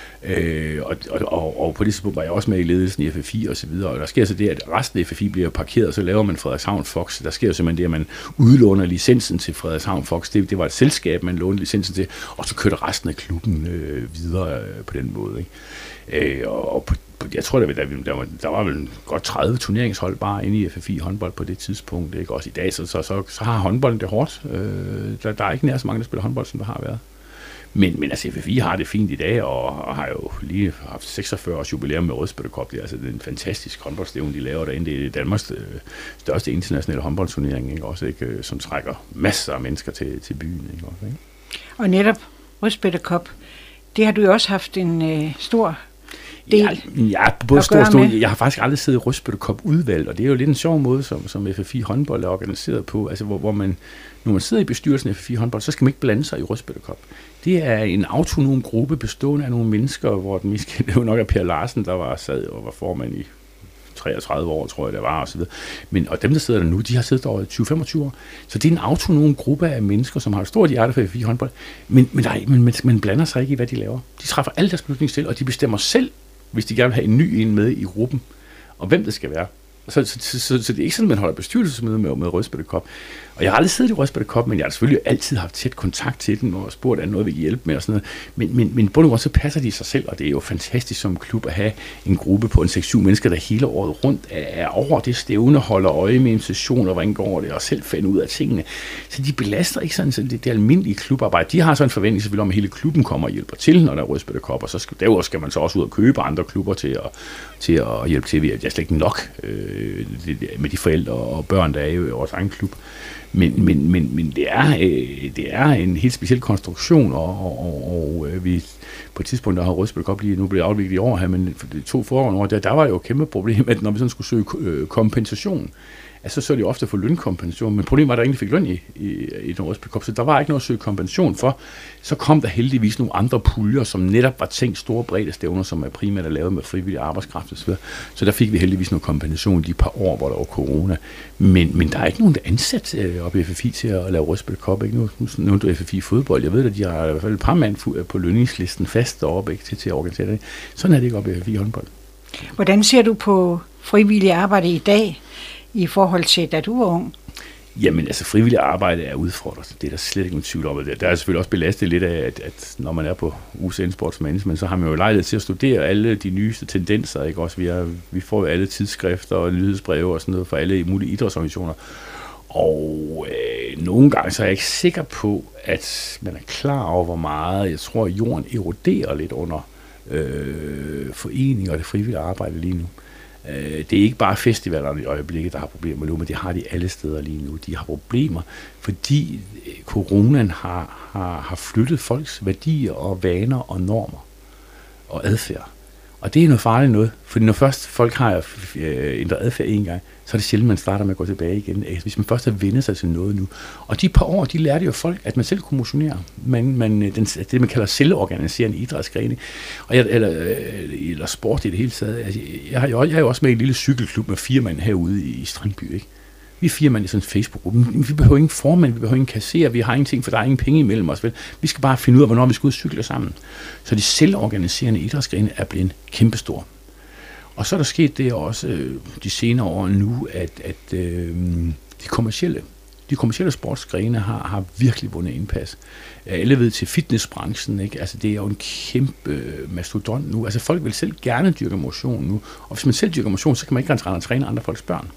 Og på det tidspunkt var jeg også med i ledelsen i FFI og så videre, og der sker så det, at resten af FFI bliver parkeret, og så laver man Frederikshavn Fox. Der sker jo simpelthen det, at man udlåner licensen til Frederikshavn Fox. Det var et selskab, man lånte licensen til, og så kørte resten af klubben videre på den måde, ikke? Jeg tror, der var vel godt 30 turneringshold bare inde i FFI håndbold på det tidspunkt, ikke? Også i dag, så har håndbolden det hårdt. Der er ikke nær så mange, der spiller håndbold, som der har været. Men altså FFI har det fint i dag, og har jo lige haft 46 års jubilæum med Rødspætte Cup. Det er altså en fantastisk håndboldstævne, de laver derinde. Det er Danmarks største internationale håndboldturnering, ikke? Også, ikke? Som trækker masser af mennesker til byen. Ikke? Også, ikke? Og netop Rødspætte Cup, det har du jo også haft en stor del både stor. Jeg har faktisk aldrig siddet i Rødspætte Cup udvalg, og det er jo lidt en sjov måde, som FFI håndbold er organiseret på, altså hvor man, når man sidder i bestyrelsen af FFI håndbold, så skal man ikke blande sig i Rødspætte Cup. Det er en autonom gruppe bestående af nogle mennesker, hvor den mest kendte nok er Per Larsen, der sad og var formand i 33 år, tror jeg, det var, og så videre. Og dem, der sidder der nu, de har siddet der over 20-25 år. Så det er en autonom gruppe af mennesker, som har et stort hjerte for FFI håndbold, men man blander sig ikke i, hvad de laver. De træffer alle deres beslutninger selv, og de bestemmer selv, hvis de gerne vil have en ny en med i gruppen, og hvem det skal være. Så det er ikke sådan, at man holder bestyrelsesmøde med Rødspætte Cup. Og jeg har aldrig siddet i Rødspætte Cup, men jeg har selvfølgelig altid haft tæt kontakt til den, og spurgt, at noget vil hjælpe med og sådan noget. Men på noget så passer de sig selv, og det er jo fantastisk som klub at have en gruppe på en 6-7 mennesker, der hele året rundt er over det stævne, holder øje med sessioner, hvordan går det, og selv finder ud af tingene. Så de belaster ikke sådan det almindelige klubarbejde. De har så en forventning selvfølgelig om, at hele klubben kommer og hjælper til, når der er Rødspætte Cup, og så derudover skal man så også ud og købe andre klubber til at hjælpe til. Jeg er slet ikke nok med de forældre og børn, der er jo i vores egen klub. Men det er en helt speciel konstruktion, og vi på et tidspunkt, der har Rødspætte Cup lige nu blevet afviklet i år her, men for de 2 foregående år, der var jo et kæmpe problem, at når vi sådan skulle søge kompensation, altså så er det jo ofte for lønkompensation, men problemet var, at der egentlig fik løn i den Rødspætte Cup, så der var ikke noget at søge kompensation for. Så kom der heldigvis nogle andre puljer, som netop var tænkt store brede stævner, som er primært lavet med frivillig arbejdskraft osv. Så der fik vi heldigvis noget kompensation de par år, hvor der var corona. Men der er ikke nogen, der er ansat op i FFI til at lave Rødspætte Cup. Ikke? Nu nævnte du FFI fodbold. Jeg ved, at de har i hvert fald et par mand på lønningslisten fast deroppe, ikke, til at organisere det. Sådan er det ikke op i FFI håndbold. Hvordan ser du på frivillig arbejde i dag i forhold til, da du var ung? Jamen, altså frivillig arbejde er udfordret. Det er der slet ikke nogen tvivl om. Der er selvfølgelig også belastet lidt af, at når man er på UCN Sports Management, så har man jo lejlighed til at studere alle de nyeste tendenser. Ikke? Også vi får jo alle tidsskrifter og nyhedsbreve og sådan noget fra alle mulige idrætsorganisationer. Og nogle gange så er jeg ikke sikker på, at man er klar over, hvor meget jeg tror, at jorden eroderer lidt under foreninger og det frivillige arbejde lige nu. Det er ikke bare festivalerne i øjeblikket, der har problemer nu, men det har de alle steder lige nu. De har problemer, fordi coronaen har flyttet folks værdier og vaner og normer og adfærd. Og det er noget farligt noget, fordi når først folk har ændret adfærd en gang, så er det sjældent, man starter med at gå tilbage igen. Hvis man først har vendt sig til noget nu. Og de par år, de lærte jo folk, at man selv kunne motionere. Det, man kalder selvorganiserende idrætsgrene, eller sport i det hele taget. Altså, jeg er jo også med i en lille cykelklub med 4 mand herude i Strandby, ikke? Vi er 4 mand i sådan en Facebook-gruppe. Vi behøver ingen formand, vi behøver ingen kasserer, vi har ingenting, for der er ingen penge imellem os. Vel? Vi skal bare finde ud af, hvornår vi skal ud og cykle sammen. Så de selvorganiserende idrætsgrene er blevet kæmpestore. Og så er der sket det også de senere år nu, at de kommercielle sportsgrene har virkelig vundet indpas. Alle ved til fitnessbranchen, ikke? Altså det er jo en kæmpe mastodont nu. Altså folk vil selv gerne dyrke motion nu, og hvis man selv dyrker motion, så kan man ikke rende og træne andre folks børn.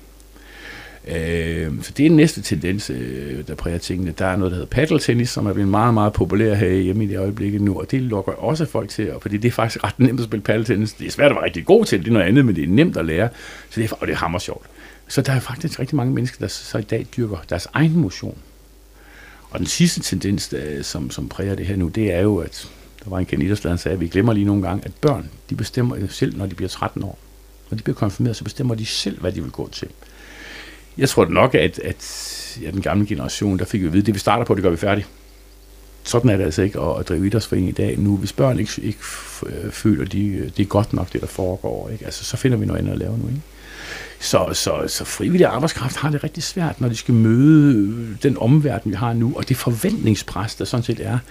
Så det er den næste tendens, der præger tingene. Der er noget, der hedder paddeltennis, som er blevet meget, meget populær her hjemme i det øjeblikket nu, og det lokker også folk til, fordi det er faktisk ret nemt at spille paddeltennis. Det er svært at være rigtig god til, det er noget andet, men det er nemt at lære, så det er hammer sjovt. Så der er faktisk rigtig mange mennesker, der så i dag dyrker deres egen motion. Og den sidste tendens, som præger det her nu, det er jo, at der var en kandidat, der sagde, at vi glemmer lige nogle gange, at børn, de bestemmer selv, når de bliver 13 år. Når de bliver konfirmeret, så bestemmer de selv, hvad de vil gå til. Jeg tror nok, at den gamle generation, der fik vi at vide, det vi starter på, det gør vi færdigt. Sådan er det altså ikke at drive idrætsforening i dag. Nu, hvis børn ikke føler, det er godt nok, det der foregår, ikke? Altså, så finder vi noget andet at lave nu. Ikke? Så frivillig arbejdskraft har det rigtig svært, når de skal møde den omverden, vi har nu, og det forventningspres, der sådan set er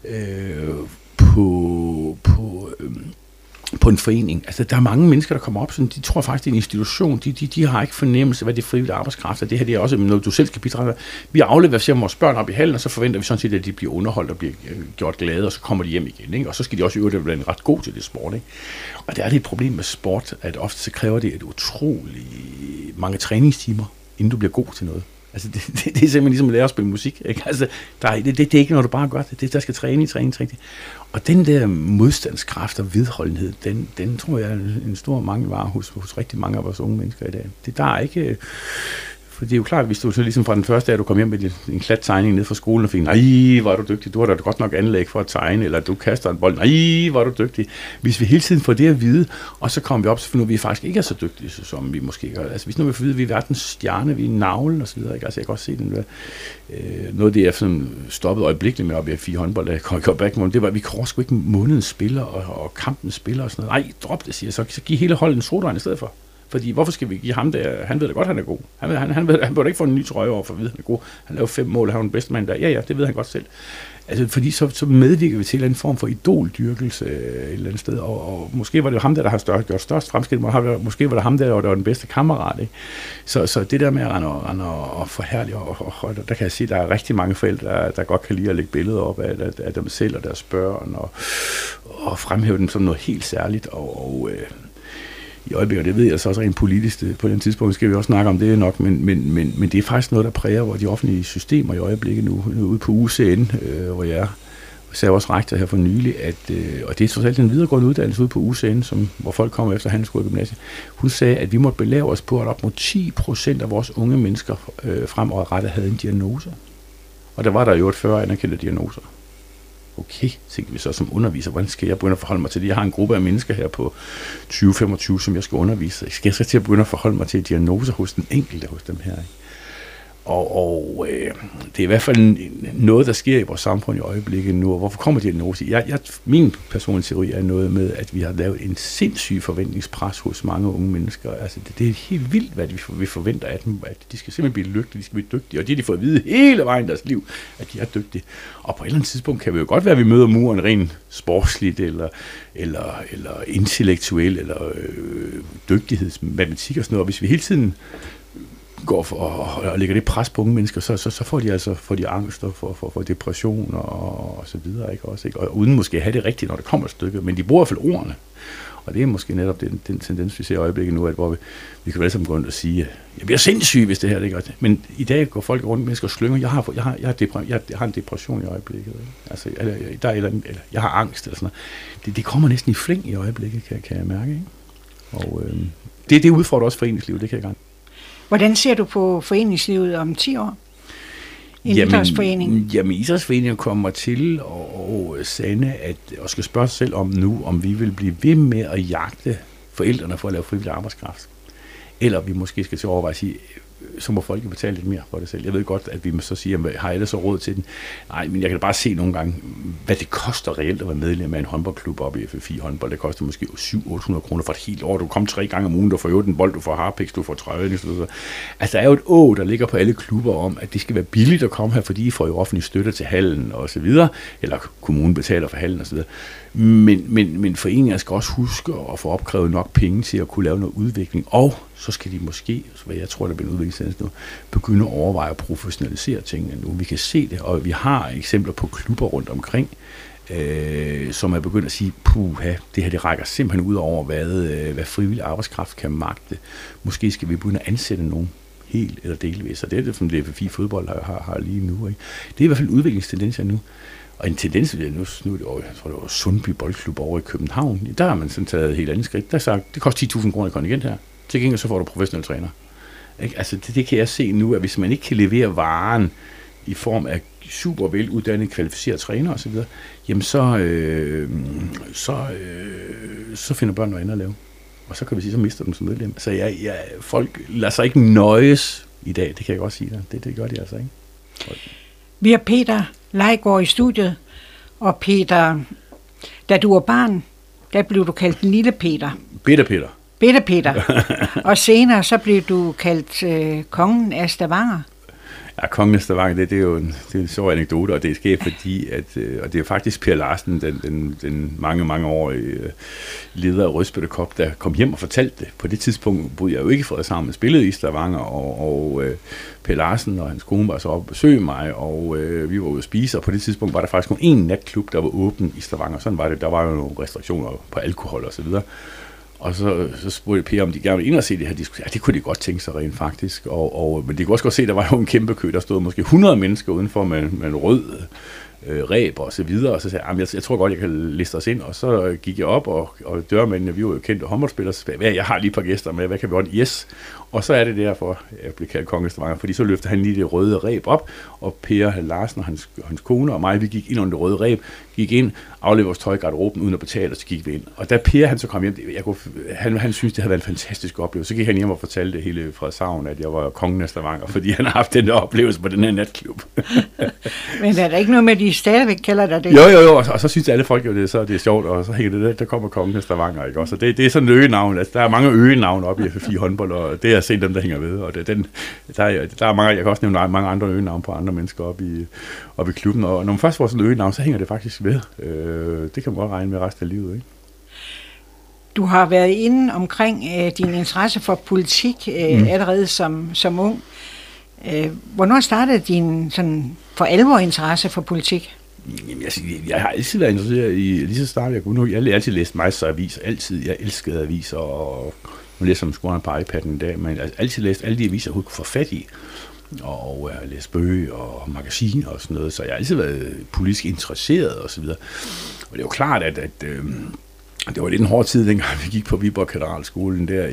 på en forening. Altså, der er mange mennesker, der kommer op, sådan, de tror faktisk, det er en institution. De har ikke fornemmelse, hvad det er frivillig arbejdskraft er. Det her det er også noget, du selv skal bidrage. Vi afleverer vores børn op i hallen, og så forventer vi sådan set, at de bliver underholdt og bliver gjort glade, og så kommer de hjem igen. Ikke? Og så skal de også øve det ret god til det sport. Ikke? Og der er det et problem med sport, at ofte så kræver det et utroligt mange træningstimer, inden du bliver god til noget. Altså, det er simpelthen ligesom at lære at spille musik, ikke? Altså, det er ikke noget, du bare gør. Det der skal træne. Og den der modstandskraft og vedholdenhed, den tror jeg er en stor mangelvare hos rigtig mange af vores unge mennesker i dag. Der er ikke... For det er jo klart, hvis du så ligesom fra den første dag, du kom hjem med en klat tegning ned fra skolen og fik, nej, hvor er du dygtig, du har da godt nok anlæg for at tegne, eller du kaster en bold, nej, hvor er du dygtig. Hvis vi hele tiden får det at vide, og så kommer vi op, så finder vi faktisk ikke er så dygtige, som vi måske gør. Altså hvis nu vi får at vide, at vi er verdens stjerne, vi er navlen og så videre, ikke? Altså jeg kan også se den der, noget af det, jeg sådan stoppet øjeblikkeligt med op i 4 håndbold, da jeg kom back, det var, at vi kan sgu ikke månedens spiller og kampens spiller og sådan noget. Nej, drop det, siger så giv hele holdet en sodavand i stedet for. Fordi hvorfor skal vi give ham der? Han ved da godt, han er god. Han burde ikke få en ny trøje over for at vide, han er god. Han laver 5 mål, han er den bedste mand der. Ja, det ved han godt selv. Altså, fordi så medvirker vi til en eller anden form for idoldyrkelse et eller andet sted. Og måske var det jo ham der har gjort størst fremskridt. Måske var det ham der var den bedste kammerat. Ikke? Så det der med at rende og forherlige, og der kan jeg sige, at der er rigtig mange forældre, der godt kan lide at lægge billeder op af dem selv og deres børn, og fremhæve dem som noget helt særligt. I øjeblikket, det ved jeg så også rent politisk, på den tidspunkt skal vi også snakke om det nok, men det er faktisk noget, der præger hvor de offentlige systemer i øjeblikket nu ude på UCN, hvor jeg sagde også rektor her for nylig, og det er totalt en videregående uddannelse ude på UCN, hvor folk kommer efter handelsskole og gymnasie. Hun sagde, at vi måtte belave os på, at op mod 10% af vores unge mennesker fremadrettet havde en diagnose. Og der var der jo 40 anerkendte diagnoser. Okay, tænker vi så som underviser, hvordan skal jeg begynde at forholde mig til det? Jeg har en gruppe af mennesker her på 20-25, som jeg skal undervise. Skal jeg så til at begynde at forholde mig til diagnoser hos den enkelte hos dem her? Ikke? Og det er i hvert fald noget, der sker i vores samfund i øjeblikket nu. Og hvorfor kommer diagnoser? Min personlige teori er noget med, at vi har lavet en sindssyg forventningspres hos mange unge mennesker. Altså, det er helt vildt, hvad vi forventer af dem. At de skal simpelthen blive lykkelige, de skal blive dygtige. Og de får at vide hele vejen i deres liv, at de er dygtige. Og på et eller andet tidspunkt kan vi jo godt være, at vi møder muren rent sportsligt, eller intellektuelt, eller dygtighedsmatematik og sådan noget. Og hvis vi hele tiden går og lægger det pres på unge mennesker, så får de angst og får depression og så videre, ikke også, ikke? Og uden måske at have det rigtigt, når det kommer et stykke, men de bruger i hvert fald ordene. Og det er måske netop den tendens, vi ser i øjeblikket nu, at hvor vi kan vel sammen gå rundt og sige, jeg bliver sindssyg, hvis det her det gør det. Men i dag går folk rundt, mennesker og slynger, jeg har en depression i øjeblikket. Ikke? Altså, eller jeg har angst, eller sådan noget. Det kommer næsten i flæng i øjeblikket, kan jeg mærke. Ikke? Og det udfordrer også foreningslivet, det kan jeg gerne. Hvordan ser du på foreningslivet om 10 år? Idrætsforening? Jamen, idrætsforeningen kommer til at sande, og skal spørge sig selv om nu, om vi vil blive ved med at jagte forældrene for at lave frivillig arbejdskraft. Eller vi måske skal til at overveje at sige, så må folk betale lidt mere for det selv. Jeg ved godt, at vi må så sige, har alle så råd til den? Nej, men jeg kan da bare se nogle gange, hvad det koster reelt at være medlem af en håndboldklub op i FF4 håndbold. Det koster måske 700-800 kroner for et helt år. Du kommer 3 gange om ugen, du får jo den bold, du får harpiks, du får trøjen. Altså, der er jo et der ligger på alle klubber om, at det skal være billigt at komme her, fordi I får jo offentlig støtte til hallen og så videre, eller kommunen betaler for hallen og så videre. Men foreninger skal også huske at få opkrævet nok penge til at kunne lave noget udvikling, og så skal de måske, hvad jeg tror, der bliver udviklet nu, begynde at overveje at professionalisere tingene nu. Vi kan se det, og vi har eksempler på klubber rundt omkring, som er begyndt at sige, puha, det her det rækker simpelthen ud over, hvad frivillig arbejdskraft kan magte. Måske skal vi begynde at ansætte nogen helt eller delvis, og det er det, som DFFI fodbold har lige nu. Ikke? Det er i hvert fald udviklingstendenser nu. Og en tendens, nu er det jo, jeg tror, det var Sundby Boldklub over i København. Der har man sådan taget et helt andet skridt. Der har sagt, det koster 10.000 kroner i kontingent her. Til gengæld så får du professionelle træner. Ikke? Altså det kan jeg se nu, at hvis man ikke kan levere varen i form af super veluddannede, kvalificerede træner osv., jamen så finder børn noget andet at lave. Og så kan vi sige, så mister dem som medlem. Så folk lader sig ikke nøjes i dag, det kan jeg godt sige dig. Det gør de altså ikke. Vi har Peter Leigård i studiet, og Peter, da du var barn, der blev du kaldt Lille Peter. Bitte Peter. Og senere så blev du kaldt kongen af Stavanger. Ja, kongen af Stavanger, det er jo en sjov anekdote, og det er sket fordi, og det er faktisk Per Larsen, den mange år leder af Rødsbøttekop, der kom hjem og fortalte det. På det tidspunkt boede jeg jo ikke i Frederikshavn, men spillede i Stavanger, og Per Larsen og hans kone var så oppe og besøge mig, og vi var ude at spise, og på det tidspunkt var der faktisk kun én natklub, der var åben i Stavanger. Sådan var det. Der var jo nogle restriktioner på alkohol og så videre. Og så spurgte Per, om de gerne ville ind og se det her. Ja, det kunne de godt tænke sig rent faktisk. Men de kunne også godt se, at der var jo en kæmpe kø. Der stod måske 100 mennesker udenfor med en rød ræb og så videre. Og så sagde jeg tror godt, jeg kan liste os ind. Og så gik jeg op, og dørmændene, vi var jo kendte håndboldspillere. Så jeg har lige et par gæster med. Hvad kan vi godt? Yes. Og så er det derfor, jeg blev kaldt Kongens Stavanger, fordi så løftede han lige det røde ræb op, og Per Larsen og hans kone og mig, vi gik ind under det røde ræb, gik ind, afleverede vores tøj i garderoben uden at betale, og så gik vi ind. Og da Per han så kom hjem, han synes, det havde været en fantastisk oplevelse. Så gik han hjem og fortalte det hele fra Savn, at jeg var kongen af Stavanger, fordi han har haft den der oplevelse på den her natklub. Men er der ikke noget med, at de stadigvæk kalder dig det? Jo, og så synes alle folk jo, det er sjovt, og så hænger det der kommer kongen af Stavanger, ikke også? Det er sådan et øgenavn, altså der er mange øgenavn oppe i FFI håndbold, og det er set dem, der hænger ved, og der er mange, jeg kan også nævne mange andre øgenavn på andre mennesker oppe i klubben, og når man først får sådan et øgenavn, så hænger det faktisk ved. Det kan man godt regne med resten af livet, ikke? Du har været inde omkring din interesse for politik allerede som ung. Hvornår startede din sådan for alvor interesse for politik? Jamen, jeg har altid været interesseret i, lige så startede jeg kunne. Jeg har altid læst masser af aviser, altid. Jeg elskede aviser, og nu læser man sgu på iPad'en en dag, men jeg har altid læst alle de aviser, jeg kunne få fat i. Og jeg har læst bøger og magasiner og sådan noget, så jeg har altid været politisk interesseret og så videre. Og det er jo klart, at det var lidt en hård tid, dengang vi gik på Viborg Katedralskolen der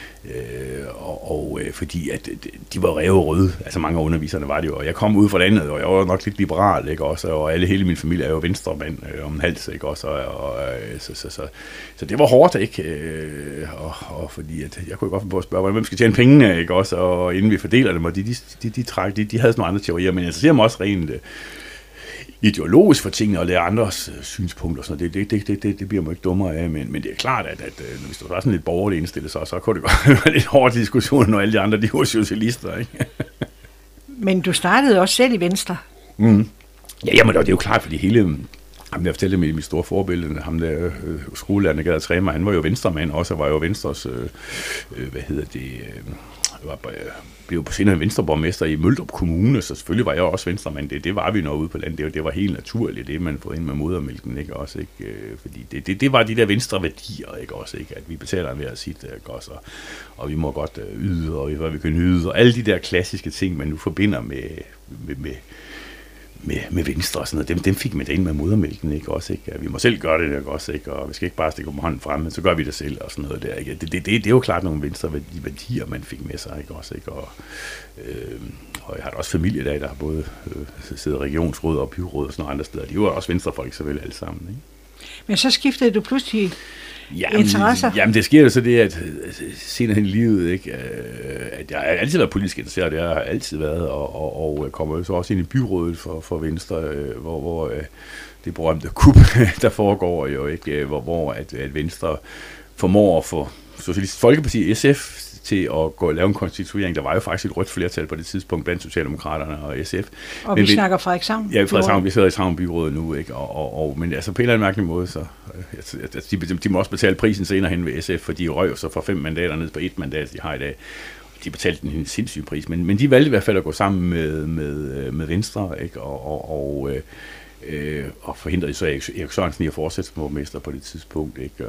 fordi at de var ræverøde, altså mange af underviserne var det jo, og jeg kom ud fra landet, og jeg var nok lidt liberal, ikke også, og hele min familie er jo venstremand om en hals, ikke også, så det var hårdt, ikke, og fordi at jeg kunne godt få på at spørge, hvem skal tjene pengene, ikke også, og inden vi fordeler dem, og de havde sådan nogle andre teorier, men jeg interesserer mig også rent ideologisk for tingene og lære andres synspunkter og sådan noget. Det bliver man ikke dummere af, men det er klart, at hvis du var sådan lidt borgerligt indstillet, så kunne det godt være lidt hårdt diskussion, når alle de andre, de var socialister, ikke? Men du startede også selv i Venstre. Ja, jamen, det er jo klart, fordi hele... Jeg fortalte med mit store forbillede, ham der skolelærerne Gerd Træmer, han var jo venstremand også, og var jo Venstres, blev på senere Venstreborgmester i Møldrup Kommune, så selvfølgelig var jeg også venstremand. Det var vi når ude på landet. Det var helt naturligt, det man får ind med modermælken, ikke også, ikke? Fordi det var de der venstre værdier, ikke også, ikke? At vi betaler en hver sit, ikke også, og vi må godt yde, og hvad vi kan yde, og alle de der klassiske ting, man nu forbinder med Venstre og sådan noget, dem fik man ind med modermælken, ikke også, ikke? Vi må selv gøre det, ikke også, ikke? Og vi skal ikke bare stikke med hånden frem, men så gør vi det selv og sådan noget der, ikke? Det er jo klart nogle Venstre værdier, man fik med sig, ikke også, ikke? Og jeg har da også familie der har både siddet regionsråd og byråd og sådan nogle andre steder. De var også venstrefolk selvfølgelig alle sammen, ikke? Men så skiftede du pludselig interesser? Jamen, det sker jo så det, at senere hen i livet, ikke, at jeg har altid været politisk interesseret, det har jeg altid været, og kommer jo så også ind i byrådet for Venstre, hvor det berømte kup, der foregår jo, ikke, hvor at Venstre formår at få Socialistisk Folkeparti, SF, til at gå og lave en konstituering. Der var jo faktisk et rødt flertal på det tidspunkt blandt Socialdemokraterne og SF. Og vi snakker Frederikshavn? Ja, Frederikshavn, vi sidder i Frederikshavn byrådet nu, ikke? Men altså på en eller anden mærkelig måde, så de må også betale prisen senere hen ved SF, for de røg jo så fra 5 mandater ned på 1 mandat, de har i dag. De betalte en sindssyg pris, men de valgte i hvert fald at gå sammen med Venstre, ikke? Og forhindrede så Erik Sørensen i at fortsætte som borgmester på det tidspunkt, ikke?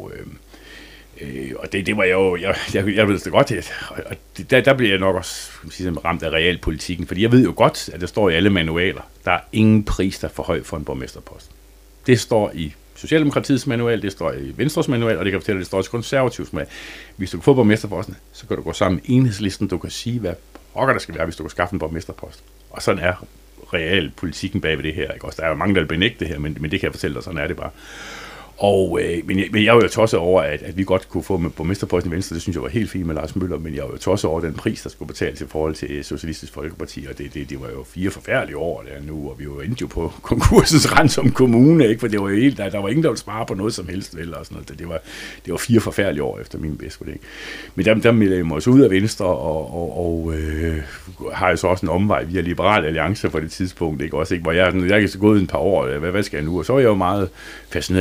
Og det var jeg ved det godt, og der blev jeg nok også ramt af realpolitikken, fordi jeg ved jo godt, at der står i alle manualer, der er ingen pris, der er for høj for en borgmesterpost. Det står i Socialdemokratiets manual, det står i Venstres manual, og det kan fortælle, at det står i Konservativs manual. Hvis du kan få borgmesterposten, så kan du gå sammen med Enhedslisten, du kan sige, hvad pokker der skal være, hvis du kan skaffe en borgmesterpost. Og sådan er realpolitikken bag ved det her, ikke? Også, der er jo mange, der vil benægte det her, men det kan jeg fortælle dig, sådan er det bare. Men jeg var jo tosset over, at vi godt kunne få med borgmesterposten i Venstre, det synes jeg var helt fint med Lars Møller, men jeg var jo tosset over den pris, der skulle betales i forhold til Socialistisk Folkeparti, og det var jo 4 forfærdelige år der nu, og vi jo endte jo på konkursens rand som kommune, ikke? For det var jo helt, der var ingen, der ville spare på noget som helst, vel, og sådan noget. Det var 4 forfærdelige år efter min bedste vurdering. Men der meldte jeg mig også ud af Venstre, og har jo så også en omvej via Liberal Alliance på det tidspunkt, ikke? Også, ikke? Hvor jeg er så gået en par år, hvad skal jeg nu? Og så var jeg jo meget fascineret af Liberal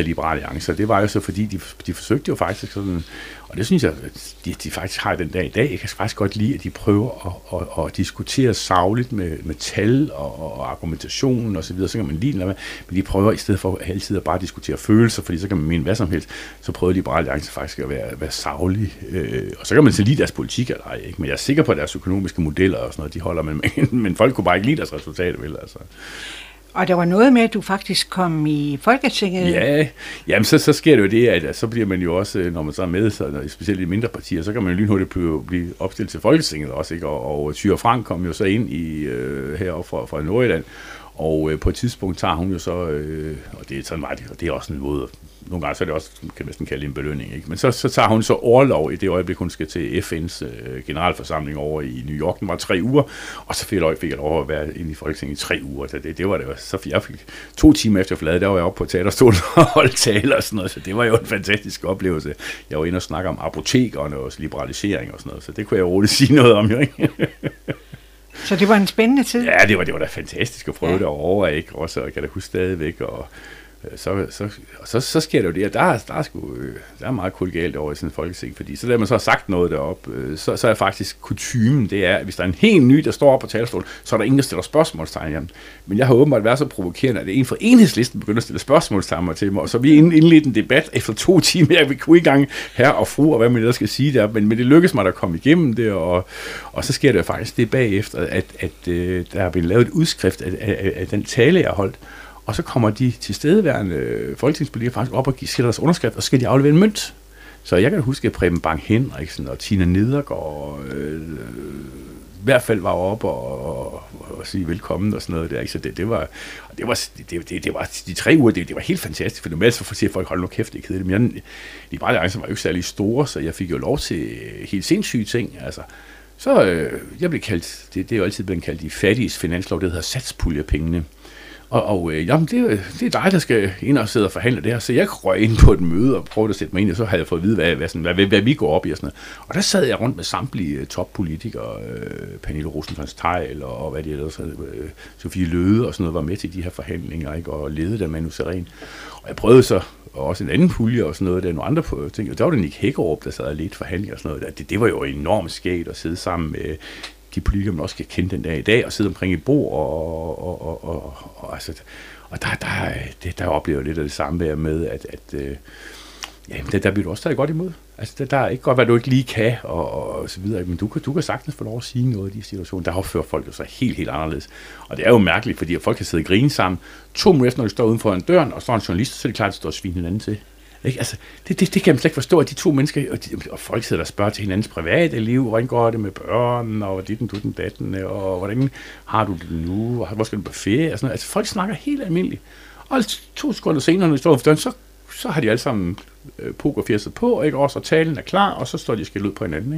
Alliance, og det var jo så fordi, de forsøgte jo faktisk sådan, og det synes jeg, de faktisk har den dag i dag. Jeg kan faktisk godt lide, at de prøver at diskutere sagligt med tal og argumentationen og så videre, så kan man lide det, men de prøver i stedet for altid at bare diskutere følelser, fordi så kan man mene hvad som helst, så prøver Liberal Alliance faktisk at være saglig, og så kan man så lide deres politik eller ej, ikke? Men jeg er sikker på, at deres økonomiske modeller og sådan noget, de holder, men folk kunne bare ikke lide deres resultater, vel altså. Og der var noget med, at du faktisk kom i Folketinget. Ja, jamen så sker det jo det, at så bliver man jo også, når man så er med, så specielt i mindre partier, så kan man jo lynhurtigt blive opstillet til Folketinget også, ikke? Og Thyra Frank kom jo så ind heroppe fra Nordjylland, og på et tidspunkt tager hun jo så, og det er sådan meget, og det er også en måde, nogle gange så er det også, kan man næsten kalde en belønning, ikke? Men så tager hun så orlov i det øjeblik, hun skal til FN's generalforsamling over i New York. Den var 3 uger, og så fik jeg lov at være inde i Folketinget i 3 uger. Så det var det jo. Så jeg fik 2 timer efter forladet, der var jeg oppe på talerstolen og holdt taler og sådan noget, så det var jo en fantastisk oplevelse. Jeg var inde og snakke om apotekerne og liberalisering og sådan noget, så det kunne jeg roligt sige noget om, jo, ikke? Så det var en spændende tid? Ja, det var da fantastisk at prøve det over, ikke? Også, og jeg kan da huske stadigvæk, og så sker det jo det, at der er meget kollegialt over i sådan en folketing, fordi så da man så har sagt noget deroppe, så er faktisk kutymen, det er, at hvis der er en helt ny, der står op på talerstolen, så er der ingen, der stiller spørgsmålstegn igen. Men jeg har åbenbart været så provokerende, at en fra Enhedslisten begynder at stille spørgsmålstegn til mig, og så vi indledte en debat efter 2 timer, jeg kunne ikke engang herre og fru, og hvad man ellers skal sige der, men det lykkedes mig at komme igennem det, og så sker det faktisk det bagefter, at der er blevet lavet et udskrift af den tale, jeg holdt. Og så kommer de tilstedeværende folketingspolitikere faktisk op og sætter deres underskrift, og så skal de aflevere en mønt. Så jeg kan huske, at Preben Bang Henriksen og Tina Nedergaard i hvert fald var oppe og sige velkommen og sådan noget der. Ikke? Så det var de 3 uger, det var helt fantastisk, for normalt så siger folk, hold nu kæft, det er kedeligt. Men Liberal Alliance var jo ikke særlig store, så jeg fik jo lov til helt sindssyge ting. Altså, så jeg blev kaldt, det er jo altid blevet kaldt de fattiges finanslov, det hedder satspuljepengene. Jamen, det er dig, der skal ind og sidde og forhandle det her. Så jeg røg ind på et møde og prøvede at sætte mig ind, og så havde jeg fået at vide, hvad vi går op i og sådan noget. Og der sad jeg rundt med samtlige toppolitikere, Pernille Rosenkrantz-Theil og hvad de ellers havde, Sofie Løde og sådan noget, var med til de her forhandlinger, ikke? Og ledede dem Manu Sareen. Og jeg prøvede så også en anden pulje og sådan noget, der er nogle andre ting. Og der var det Nick Hækkerup, der sad og ledte forhandlinger og sådan noget. Det var jo enormt skægt at sidde sammen med de politikere, man også kan kende den dag i dag, og sidde omkring et bord, og der oplever jeg lidt af det samme med, at der bliver du også stadig godt imod. Altså, der er ikke godt, hvad du ikke lige kan, og så videre, men du kan sagtens få lov at sige noget i de situationer. Der opfører folk jo så helt anderledes. Og det er jo mærkeligt, fordi folk kan sidde og grine sammen. 2 minutter, når de står uden for en døren, og står en journalist, så er det klart, at de står og sviner hinanden til. Ikke? Altså, det kan man slet ikke forstå, at de 2 mennesker, og folk sidder og spørger til hinandens private liv, hvordan går det med børn, og ditten datten, og hvordan har du det nu, og hvor skal du på ferie, og sådan noget. Altså, folk snakker helt almindeligt. Og 2 sekunder senere, når de står ude for døren, så har de alle sammen pokerfjerset på, ikke? Også, og talen er klar, og så står de og skælder ud på hinanden,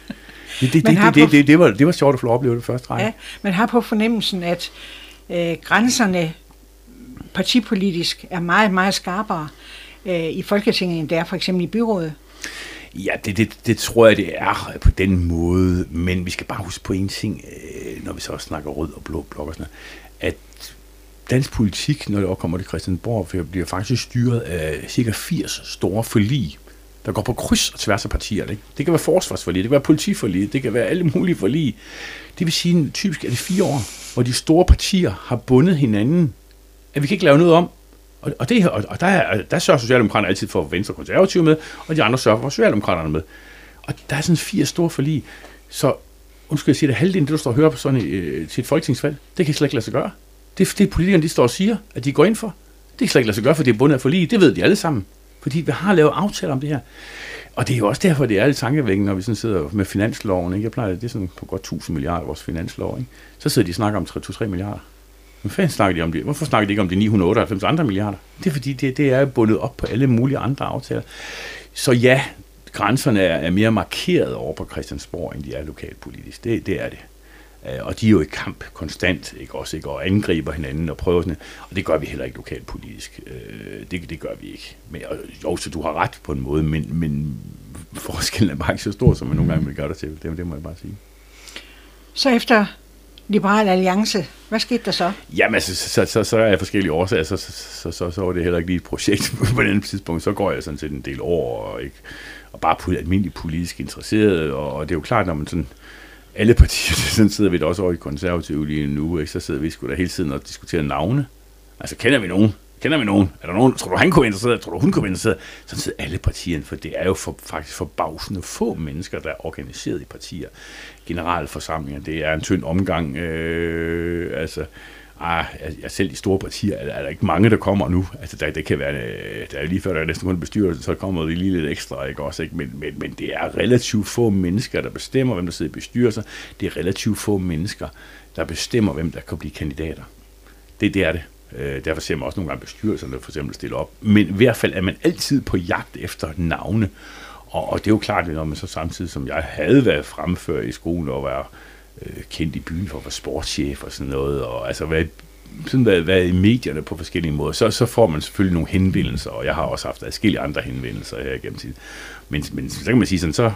ikke? Det var sjovt at få opleve det første række. Ja, man har på fornemmelsen, at grænserne partipolitisk er meget, meget skarpere i Folketinget, end det er for eksempel i byrådet. Ja, det tror jeg, det er på den måde, men vi skal bare huske på en ting, når vi så også snakker rød og blå blok og sådan noget, at dansk politik, når det også kommer til Christiansborg, bliver faktisk styret af cirka 80 store forlig, der går på kryds og tværs af partierne. Ikke? Det kan være forsvarsforlig, det kan være politiforlig, det kan være alle mulige forlig. Det vil sige, typisk er det 4 år, hvor de store partier har bundet hinanden, at vi kan ikke lave noget om. Og der sørger Socialdemokraterne altid for Venstre og Konservative med, og de andre sørger for Socialdemokraterne med. Og der er sådan 4 store forlig. Så, undskyld jeg siger det, halvdelen, det du står og hører på sådan til et folketingsvalg, det kan slet ikke lade sig gøre. Det politikerne, de står og siger, at de går ind for. Det kan slet ikke lade sig gøre, for det er bundet af forlig. Det ved de alle sammen. Fordi vi har lavet aftaler om det her. Og det er jo også derfor, det er lidt tankevækkende, når vi sådan sidder med finansloven. Ikke? Jeg plejer, det er sådan på godt 1000 milliarder vores finanslov. Ikke? Så sidder de og snakker om 2-3 milliarder. Hvad fanden snakker de om det? Hvorfor snakker de ikke om de 998 andre milliarder? Det er fordi, det er bundet op på alle mulige andre aftaler. Så ja, grænserne er mere markeret over på Christiansborg, end de er lokalpolitisk. Det er det. Og de er jo i kamp konstant, ikke også, ikke? Og angriber hinanden og prøver sådan. Og det gør vi heller ikke lokalpolitisk. Det gør vi ikke. Men, jo, så du har ret på en måde, men forskellen er bare ikke så stor, som man nogle gange vil gøre det til. Det må jeg bare sige. Så efter Liberal Alliance. Hvad skete der så? Jamen, så er jeg forskellige årsager, så var det heller ikke lige et projekt på den tidspunkt. Så går jeg sådan set en del år, og bare almindeligt politisk interesseret, og det er jo klart, når man sådan, alle partier, sådan sidder vi da også over i Konservative lige nu, ikke? Så sidder vi sgu da hele tiden og diskuterer navne. Altså, kender vi nogen? Er der nogen? Tror du, han kunne være interesseret? Tror du, hun kunne være interesseret? Sådan sidder alle partierne, for det er jo faktisk forbavsende få mennesker, der er organiseret i partier. Generalforsamlinger, det er en tynd omgang. Selv de store partier er der ikke mange, der kommer nu. Altså, det kan være, der er lige før, der er næsten kun bestyrelsen, så kommer det lige lidt ekstra, ikke også, ikke? Men det er relativt få mennesker, der bestemmer, hvem der sidder i bestyrelser. Det er relativt få mennesker, der bestemmer, hvem der kan blive kandidater. Det er det. Derfor ser man også nogle gange bestyrelserne for eksempel stille op. Men i hvert fald er man altid på jagt efter navne. Og det er jo klart, når man så samtidig, som jeg havde været fremført i skolen og være kendt i byen for at være sportschef og sådan noget, og altså været i medierne på forskellige måder, så får man selvfølgelig nogle henvendelser, og jeg har også haft adskillige andre henvendelser her gennem tiden. Men så kan man sige sådan, så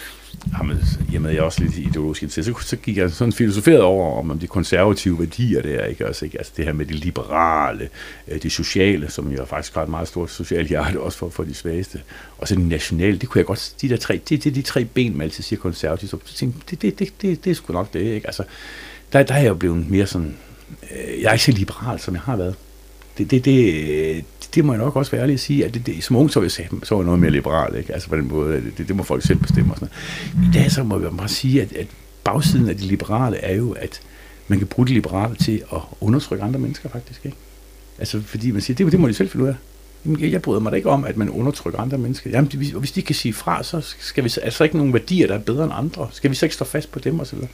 jamen, jeg er også lidt ideologisk interesseret, så gik jeg sådan filosoferet over om de konservative værdier der, ikke også, ikke? Altså det her med det liberale, det sociale, som jo faktisk har et meget stort socialt hjerte også for de svageste, og så det nationale, det kunne jeg godt, de tre ben, man altid siger konservativt, så tænkte det er sgu nok det, ikke? Altså, der er jeg jo blevet mere sådan, jeg er ikke så liberal, som jeg har været. Det må jeg nok også være ærlig at sige, at som ung, så var jeg noget mere liberal, ikke? Altså på den måde, det må folk selv bestemme og sådan noget. I dag så må vi bare sige, at bagsiden af det liberale er jo, at man kan bruge det liberale til at undertrykke andre mennesker faktisk, ikke? Altså fordi man siger, det må de selv finde ud af. Jeg bryder mig da ikke om, at man undertrykker andre mennesker. Jamen, hvis de kan sige fra, så skal vi altså ikke nogen værdier, der er bedre end andre. Skal vi så ikke stå fast på dem og så videre?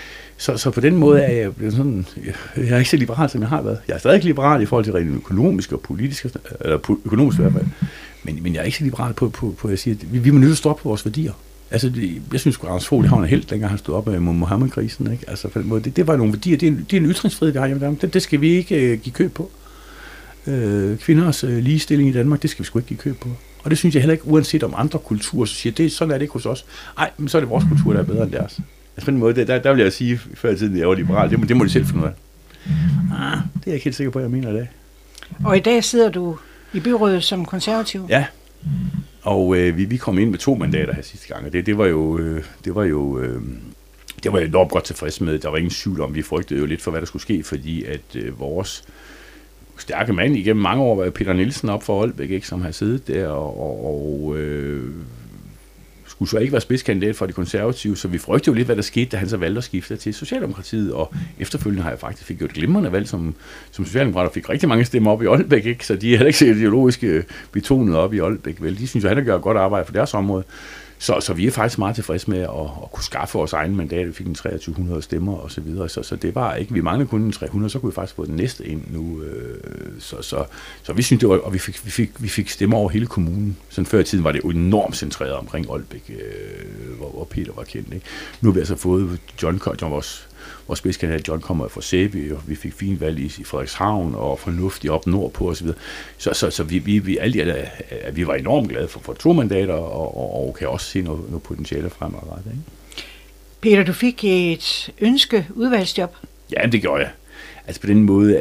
Så på den måde er jeg blevet sådan, jeg er ikke så liberal, som jeg har været. Jeg er stadig liberal i forhold til rent økonomisk og politisk, eller økonomisk i hvert fald. Men jeg er ikke så liberal på at jeg siger, at vi må nødt til at stoppe på vores værdier. Altså, jeg synes, at Anders Fogh havner helt, dengang han stod op med Mohammed-krisen, ikke? Altså, på den måde, det var nogle værdier, det er en ytringsfrihed, vi har hjemme. Det skal vi ikke give køb på. Kvinders ligestilling i Danmark, det skal vi sgu ikke give køb på. Og det synes jeg heller ikke, uanset om andre kulturer, så siger sådan er det ikke hos os. Nej, men så er det vores kultur, der er bedre end deres. Altså på den måde, der vil jeg sige, før i tiden, jeg var liberal, det må de selv finde ud af. Det er jeg ikke helt sikker på, jeg mener i dag. Og i dag sidder du i byrådet som konservativ? Ja, og vi kom ind med 2 mandater her sidste gang, og det var jeg enormt godt tilfreds med. Der var ingen tvivl om, vi frygtede jo lidt for, hvad der skulle ske, fordi at vores stærke mand igennem mange år var Peter Nielsen op for Ålbæk, ikke, som har siddet der og skulle så ikke være spidskandidat for de konservative, så vi frygtede jo lidt, hvad der skete, da han så valgte at skifte til Socialdemokratiet, og efterfølgende har jeg faktisk fik gjort et glimrende valg som socialdemokrat, og fik rigtig mange stemmer op i Ålbæk, ikke? Så de er heller ikke så ideologisk betonet op i Ålbæk, vel? De synes jo, han har gjort godt arbejde for deres område. Så vi er faktisk meget tilfredse med at kunne skaffe vores egen mandat. Vi fik en 2300 stemmer og så videre. Så det var ikke, vi manglede kun en 300, så kunne vi faktisk få den næste ind nu. Så vi synes det var, og vi fik stemmer over hele kommunen. Sådan før i tiden var det enormt centreret omkring Ålbæk, hvor Peter var kendt, ikke? Nu har vi altså fået John vores spidskandidat John kommer fra Sæby, og vi fik fint valg i Frederikshavn og fornuftigt op nordpå og så videre. Så vi var enormt glade for 2 mandater og kan også se noget potentiale fremadrettet, ikke? Peter, du fik et udvalgsjob. Ja, det gjorde jeg. Altså på den måde,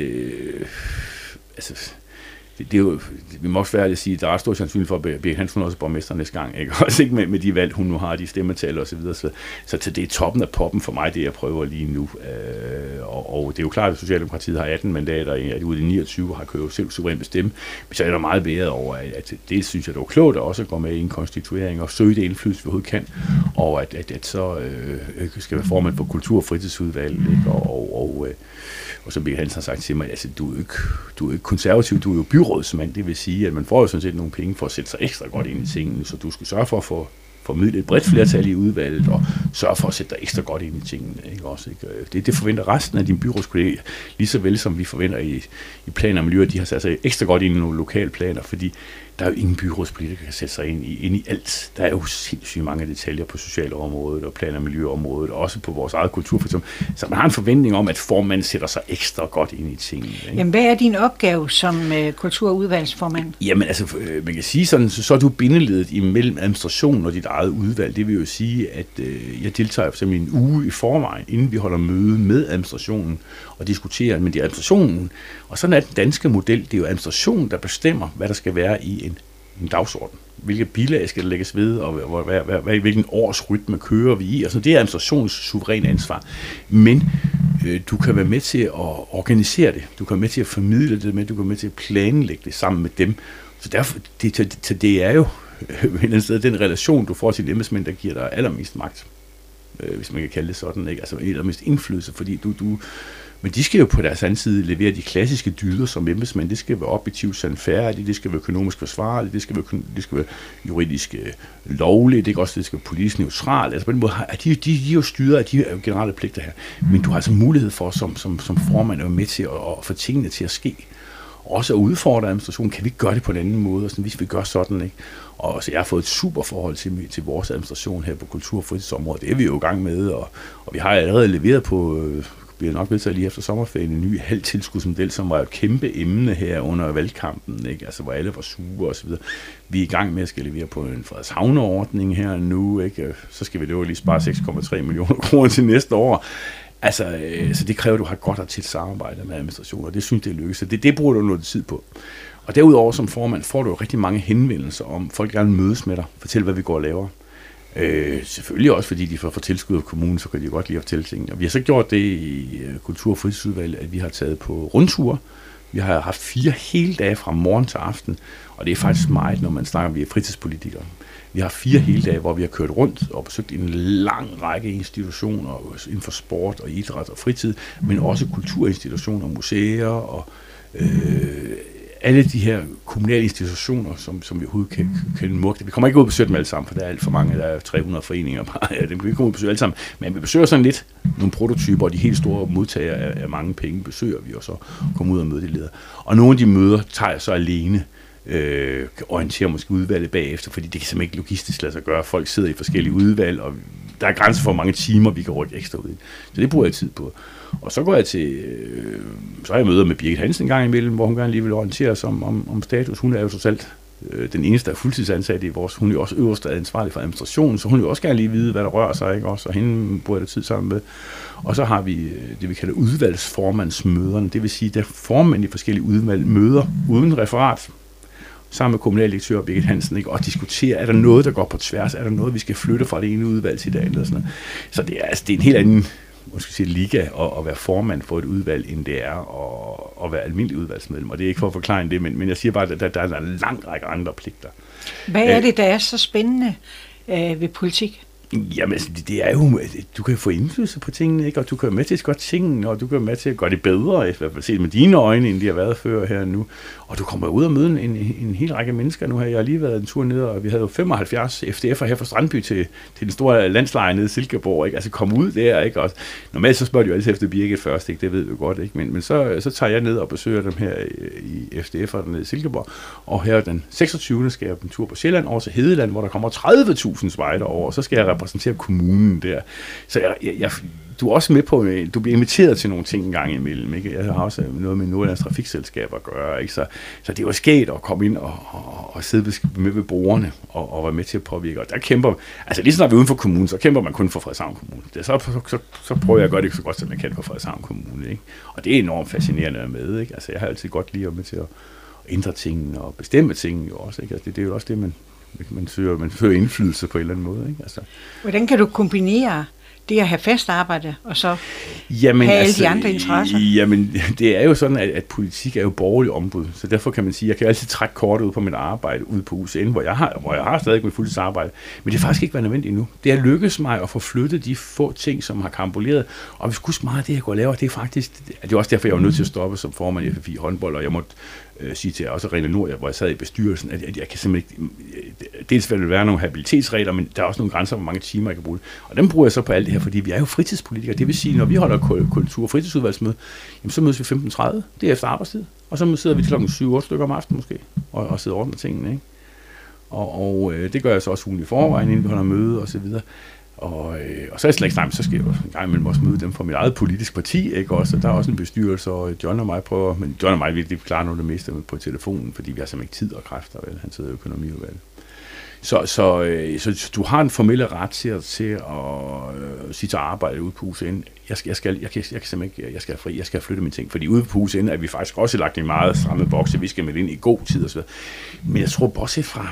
det er jo, vi må også være at sige, at der er stor sandsynlighed for, at Birgit Hansen også borgmester næste gang, ikke? Også ikke med de valg, hun nu har, de stemmetal og så videre. Så det er toppen af poppen for mig, det jeg prøver lige nu. Og det er jo klart, at Socialdemokratiet har 18 mandater, at ude af de 29 har købt selv suverænt bestemme. Men så er der meget bedre over, at det synes jeg, det er klogt at også gå med i en konstituering og søge det indflydelse, vi overhovedet kan. Og at så skal være formand for kultur- og fritidsudvalget, ikke? Og som Birgit Hansen har sagt til mig, altså du er ikke konservativ, du er jo byrådsmand, det vil sige, at man får jo sådan set nogle penge for at sætte sig ekstra godt ind i tingene, så du skal sørge for at få formidle et bredt flertal i udvalget, og sørge for at sætte dig ekstra godt ind i tingene, ikke også, ikke? Det forventer resten af dine byrådskolleger, lige så vel som vi forventer i planer og miljø, de har sat sig ekstra godt ind i nogle lokale planer, fordi der er jo ingen byrådspolitiker, der kan sætte sig ind i alt. Der er jo sindssygt mange detaljer på socialområdet og plan- og miljøområdet, og også på vores eget kultur. Så man har en forventning om, at formanden sætter sig ekstra godt ind i tingene, ikke? Jamen, hvad er din opgave som kulturudvalgsformand? Jamen, altså, man kan sige sådan, så er du bindeledet imellem administration og dit eget udvalg. Det vil jo sige, at jeg deltager for eksempel en uge i forvejen, inden vi holder møde med administrationen og diskuterer, men det er administrationen. Og sådan er den danske model, det er jo administrationen, der bestemmer, hvad der skal være i en dagsorden. Hvilke bilag skal der lægges ved, og hvilken års rytme kører vi i. Altså, det er administrationens suveræne ansvar. Men du kan være med til at organisere det. Du kan være med til at formidle det med. Du kan være med til at planlægge det sammen med dem. Så derfor, det er jo den relation, du får til en embedsmænd, der giver dig allermest magt. Hvis man kan kalde det sådan, ikke? Altså allermest indflydelse, fordi men de skal jo på deres anden side levere de klassiske dyder som embedsmænd. Det skal være objektivt sandfærdigt, det skal være økonomisk forsvarligt, det skal være juridisk lovligt, det skal være politisk neutralt. Altså på den måde er de jo styret af de generelle pligter her. Men du har altså mulighed for som formand at være med til at få tingene til at ske. Også at udfordre administrationen. Kan vi gøre det på en anden måde, og sådan, hvis vi gør sådan, ikke? Og så jeg har fået et super forhold til vores administration her på kultur- og fritidsområdet. Det er vi jo i gang med, og vi har allerede leveret på, vi har nok vedtaget lige efter sommerferien, en ny halv tilskudsmodel, som var et kæmpe emne her under valgkampen, ikke? Altså hvor alle var sure og så videre. Vi er i gang med at skal levere på en Frederikshavn-ordning her nu, ikke? Så skal vi lige spare 6,3 millioner kroner til næste år. Altså, så det kræver, at du har godt og tæt samarbejde med administrationen, og det synes jeg lykkes. Så det bruger du noget tid på. Og derudover som formand får du jo rigtig mange henvendelser om, folk gerne mødes med dig, fortæl, hvad vi går og laver. Selvfølgelig også, fordi de får tilskud af kommunen, så kan de godt lide at fortælle ting. Og vi har så gjort det i Kultur- og Fritidsudvalget, at vi har taget på rundture. Vi har haft 4 hele dage fra morgen til aften, og det er faktisk meget, når man snakker, vi er fritidspolitikere. Vi har 4 hele dage, hvor vi har kørt rundt og besøgt en lang række institutioner inden for sport og idræt og fritid, men også kulturinstitutioner, museer og alle de her kommunale institutioner, som vi overhovedet kan mukke. Vi kommer ikke ud og besøge dem alle sammen, for der er alt for mange. Der er 300 foreninger bare. Ja, det kan vi komme ud og besøge alle sammen. Men vi besøger sådan lidt nogle prototyper, og de helt store modtagere af mange penge besøger vi, og så kommer ud og møder de ledere. Og nogle af de møder tager jeg så alene, orienterer måske udvalget bagefter, fordi det kan simpelthen ikke logistisk lade sig gøre. Folk sidder i forskellige udvalg, og der er grænser for, hvor mange timer vi kan rykke ekstra ud i. Så det bruger jeg tid på. Og så går jeg så har jeg møder med Birgit Hansen en gang imellem, hvor hun gerne lige vil orientere os om status. Hun er jo trods alt den eneste, der er fuldtidsansat i vores. Hun er jo også øverst ansvarlig for administrationen, så hun vil også gerne lige vide, hvad der rører sig, ikke også? Og hende bruger jeg tid sammen med. Og så har vi det, vi kalder udvalgsformandsmøderne. Det vil sige, der formand i forskellige udvalg møder uden referat, sammen med kommunaldirektør Birgit Hansen, ikke, og diskutere, er der noget, der går på tværs, er der noget, vi skal flytte fra det ene udvalg til det andet, og sådan noget. Så det er en helt anden liga at være formand for et udvalg, end det er at være almindelig udvalgsmedlem, og det er ikke for at forklare det, men jeg siger bare, at der er en lang række andre pligter. Hvad er det, der er så spændende ved politik? Jamen, altså, det er jo, du kan få indflydelse på tingene, ikke? Og du kan være med til at gøre tingene, og du kan være med til at gøre det bedre, i hvert fald set med dine øjne, end de har været før her nu. Og du kommer ud og møde en hel række mennesker nu her. Jeg har lige været en tur ned, og vi havde jo 75 FDF'er her fra Strandby til den store landslejr nede i Silkeborg, ikke? Altså komme ud der, ikke? Og normalt så spørger de jo altid efter Birgit først, ikke? Det ved vi jo godt, ikke? Men så tager jeg ned og besøger dem her i FDF'er nede i Silkeborg, og her den 26. skal jeg en tur på Sjælland over til Hedeland, hvor der kommer 30.000 spejder over, og så skal jeg repræsentere kommunen der. Så du er også med på, du bliver inviteret til nogle ting en gang imellem, ikke? Jeg har også noget med Nordlands Trafikselskab at gøre, ikke? Så det er jo sket at komme ind og sidde med ved brugerne og være med til at påvirke. Og der kæmper, altså lige snart vi er uden for kommunen, så kæmper man kun for Frederikshavn Kommune. Så prøver jeg at gøre det så godt, som jeg kan for Frederikshavn Kommune, ikke? Og det er enormt fascinerende at med, ikke? Altså jeg har altid godt lide at være med til at ændre tingene og bestemme tingene jo også, ikke? Altså, det er jo også det, man søger indflydelse på en eller anden måde, ikke? Altså. Hvordan kan du kombinere det at have fast arbejde, og så have alle de andre interesser? Jamen, det er jo sådan, at politik er jo borgerlig ombud, så derfor kan man sige, at jeg kan altid trække kortet ud på mit arbejde ude på UCN, hvor jeg har stadig mit fuldtidsarbejde, men det er faktisk ikke været nødvendigt endnu. Det har lykkedes mig at få flyttet de få ting, som har karamboleret, og hvis husk meget af det, jeg går og laver, det er faktisk, det er også derfor, jeg var nødt til at stoppe som formand i FFI håndbold, og jeg måtte sige til også Rene Nord, hvor jeg sad i bestyrelsen, at jeg kan simpelthen ikke, dels vil der være nogle habilitetsregler, men der er også nogle grænser, hvor mange timer jeg kan bruge. Og dem bruger jeg så på alt det her, fordi vi er jo fritidspolitikere. Det vil sige, når vi holder kultur- og fritidsudvalgsmøde, jamen, så mødes vi 15:30, det er efter arbejdstid, og så sidder vi til klokken 7-8 stykker om aftenen måske, og sidder rundt med tingene, ikke? Og det gør jeg så også ugen i forvejen, inden vi holder møde og så videre. Og så er jeg slet ikke snart, så skal jeg jo en gang imellem også møde dem fra mit eget politisk parti, ikke også? Der er også en bestyrelse, og John og mig prøver, men John og mig vil klare noget af det meste på telefonen, fordi vi har simpelthen ikke tid og kræfter, vel? Han sidder i økonomiudvalget. Så du har en formelle ret til at sige til arbejde ude på UCN. Jeg skal fri, jeg skal flytte mine ting, fordi ude på UCN er vi faktisk også lagt en meget stramme bokse, vi skal med ind i god tid og så videre. Men jeg tror bortset fra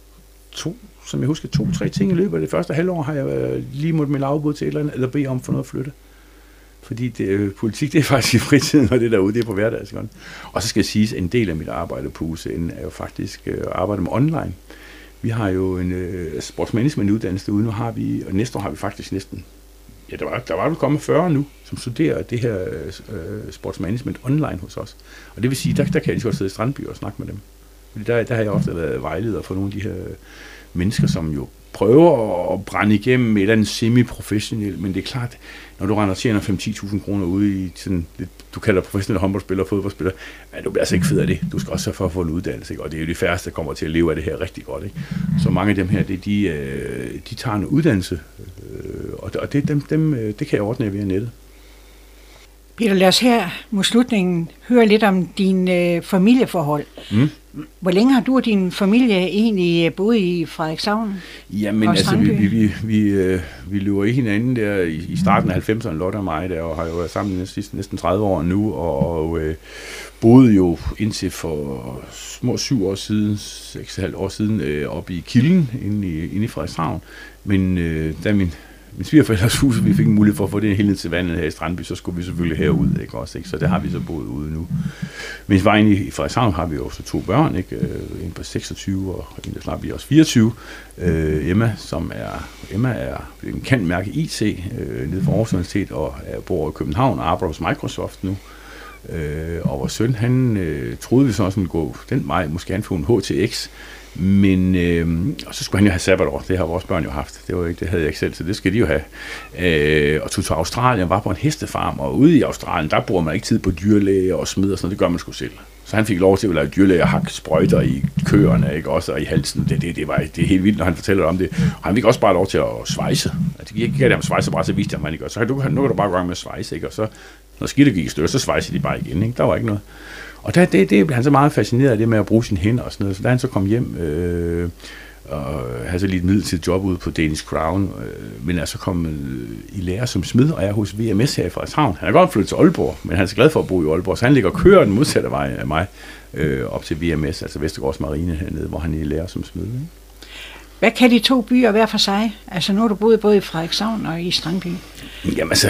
som jeg husker, 2-3 ting i løbet af det første halvår, har jeg lige måttet melde afbud til et eller andet, eller bede om for noget at flytte. Fordi politik, det er faktisk i fritiden, og det derude, det er på hverdagen. Og så skal jeg sige, at en del af mit arbejde på UCN er jo faktisk at arbejde med online. Vi har jo en sportsmanagement-uddannelse derude, nu har vi, og næste år har vi faktisk næsten, ja, der var kommet 40 nu, som studerer det her sportsmanagement online hos os. Og det vil sige, der kan jeg lige godt sidde i Strandby og snakke med dem. Fordi der har jeg ofte været vejleder for nogle af de her mennesker, som jo prøver at brænde igennem et eller andet semi-professionelt, men det er klart, når du render og tjener 5-10.000 kroner ude i sådan, det, du kalder professionelle håndboldspiller og fodboldspiller, du bliver altså ikke fed af det. Du skal også sørge for at få en uddannelse, ikke? Og det er jo de færreste, der kommer til at leve af det her rigtig godt. Ikke? Så mange af dem her, de tager en uddannelse, og det kan jeg ordne via nettet. Peter, lad os her mod slutningen høre lidt om dine familieforhold. Hvor længe har du og din familie egentlig boet i Frederikshavn? Jamen altså, vi løber i hinanden der i starten af 90'erne, Lotte og mig, der, og har jo været sammen næsten 30 år nu, og boede jo indtil for små 7 år siden, 6,5 år siden, oppe i Kilden, inde i Frederikshavn. Men da min svigerforældres hus, vi fik en mulighed for at få det helt ned til vandet her i Strandby, så skulle vi selvfølgelig herud, ikke også, ikke? Så det har vi så boet ude nu. Men i vejen i Frederikshavn har vi jo så 2 børn, ikke? En på 26 og en der snart bliver også 24. Emma er en kendt mærke IT nede fra Aarhus Universitet og bor i København og arbejder hos Microsoft nu. Og vores søn, han troede vi så også ville gå den vej, måske han få en HTX. Men og så skulle han jo have sabbatår. Det har vores børn jo haft. Det var ikke, det havde jeg ikke selv, så det skal de jo have. Og tog til Australien, var på en hestefarm, og ude i Australien, der bruger man ikke tid på dyrlæge og smid og sådan noget. Det gør man sgu selv. Så han fik lov til at lave dyrlæge og hakke sprøjter i køerne, ikke også, og i halsen. Det er helt vildt, når han fortæller om det. Og han fik også bare lov til at svejse. Altså, jeg gav dem svejse bare, så viste jeg, at man ikke gør. Så nu kan du bare gå gang med at svejse, ikke? Og så, når skidtet gik i stykker, så svejser de bare igen, ikke? Der var ikke noget. Og det blev han så meget fascineret af det med at bruge sine hænder og sådan noget. Så da han så kom hjem og havde så lige et midlertidigt job ude på Danish Crown, men er så kommet i lære som smed, og er hos VMS her i Frederikshavn. Han er godt flyttet til Aalborg, men han er så glad for at bo i Aalborg, så han ligger og kører den modsatte vej af mig op til VMS, altså Vestergaards Marine hernede, hvor han er i lære som smed. Ikke? Hvad kan de 2 byer hver for sig? Altså nu har du boet både i Frederikshavn og i Strandby. Jamen altså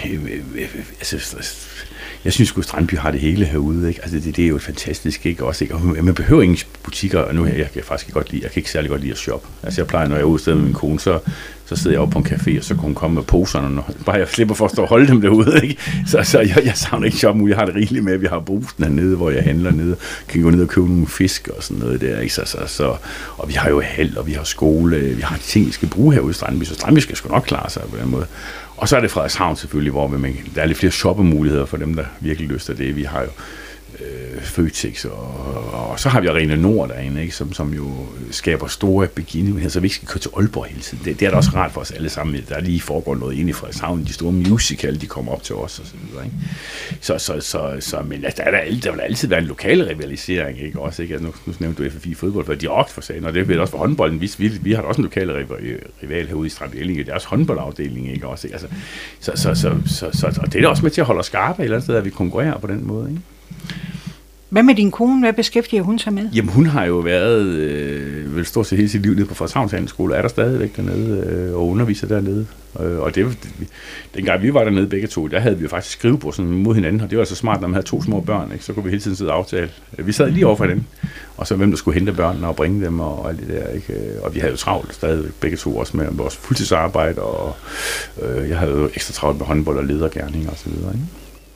jeg synes sgu, at Strandby har det hele herude, ikke? Altså det er jo et fantastisk, ikke? Også, ikke? Og man behøver ingen butikker, og nu jeg kan faktisk godt lide, jeg kan ikke særlig godt lide at shoppe. Altså jeg plejer, når jeg er ude sted med min kone, så sidder jeg oppe på en café, og så kan hun komme med poserne, og bare jeg slipper for at stå og holde dem derude, ikke? Så jeg savner ikke shoppen, jeg har det rigeligt med, at vi har brusen hernede, hvor jeg handler nede, kan gå ned og købe nogle fisk og sådan noget der, ikke? Og vi har jo held, og vi har skole, vi har de ting, vi skal bruge herude i Strandby, så Strandby skal sgu nok klare sig på den måde. Og så er det Frederikshavn selvfølgelig, hvor der er lidt flere shoppemuligheder for dem, der virkelig lyster det. Vi har jo Føtex, og så har vi Arena Nord derinde, ikke? Som jo skaber store begivenheder, så vi ikke skal køre til Aalborg hele tiden. Det er da også rart for os alle sammen. Der lige foregår noget inde i Frederikshavn, de store musical, de kommer op til os og så videre, ikke? Så men der vil altid være en lokal rivalisering, ikke? Også, ikke? Nu nævnte du FFI fodbold, for de er for sagen, og det vil også for håndbolden. Vi har også en lokal rival herude i Strandby Ellinge, det er også håndboldafdelingen, ikke? Også, ikke? Altså, og det er også med til at holde os skarpe et eller andet sted, at vi konkurrerer på den måde, ikke? Hvad med din kone? Hvad beskæftiger hun sig med? Jamen, hun har jo været vel stort set hele sit liv nede på Frederikshavns Handelsskole, er der stadigvæk dernede og underviser dernede. Og dengang vi var dernede begge to, der havde vi jo faktisk skrivebord sådan mod hinanden, og det var så smart, når man havde 2 små børn, ikke? Så kunne vi hele tiden sidde og aftale. Vi sad lige over for dem, og så hvem der skulle hente børnene og bringe dem og alt det der, ikke? Og vi havde jo travlt stadig begge to også med vores fuldtidsarbejde, og jeg havde jo ekstra travlt med håndbold og ledergerning og så videre, ikke?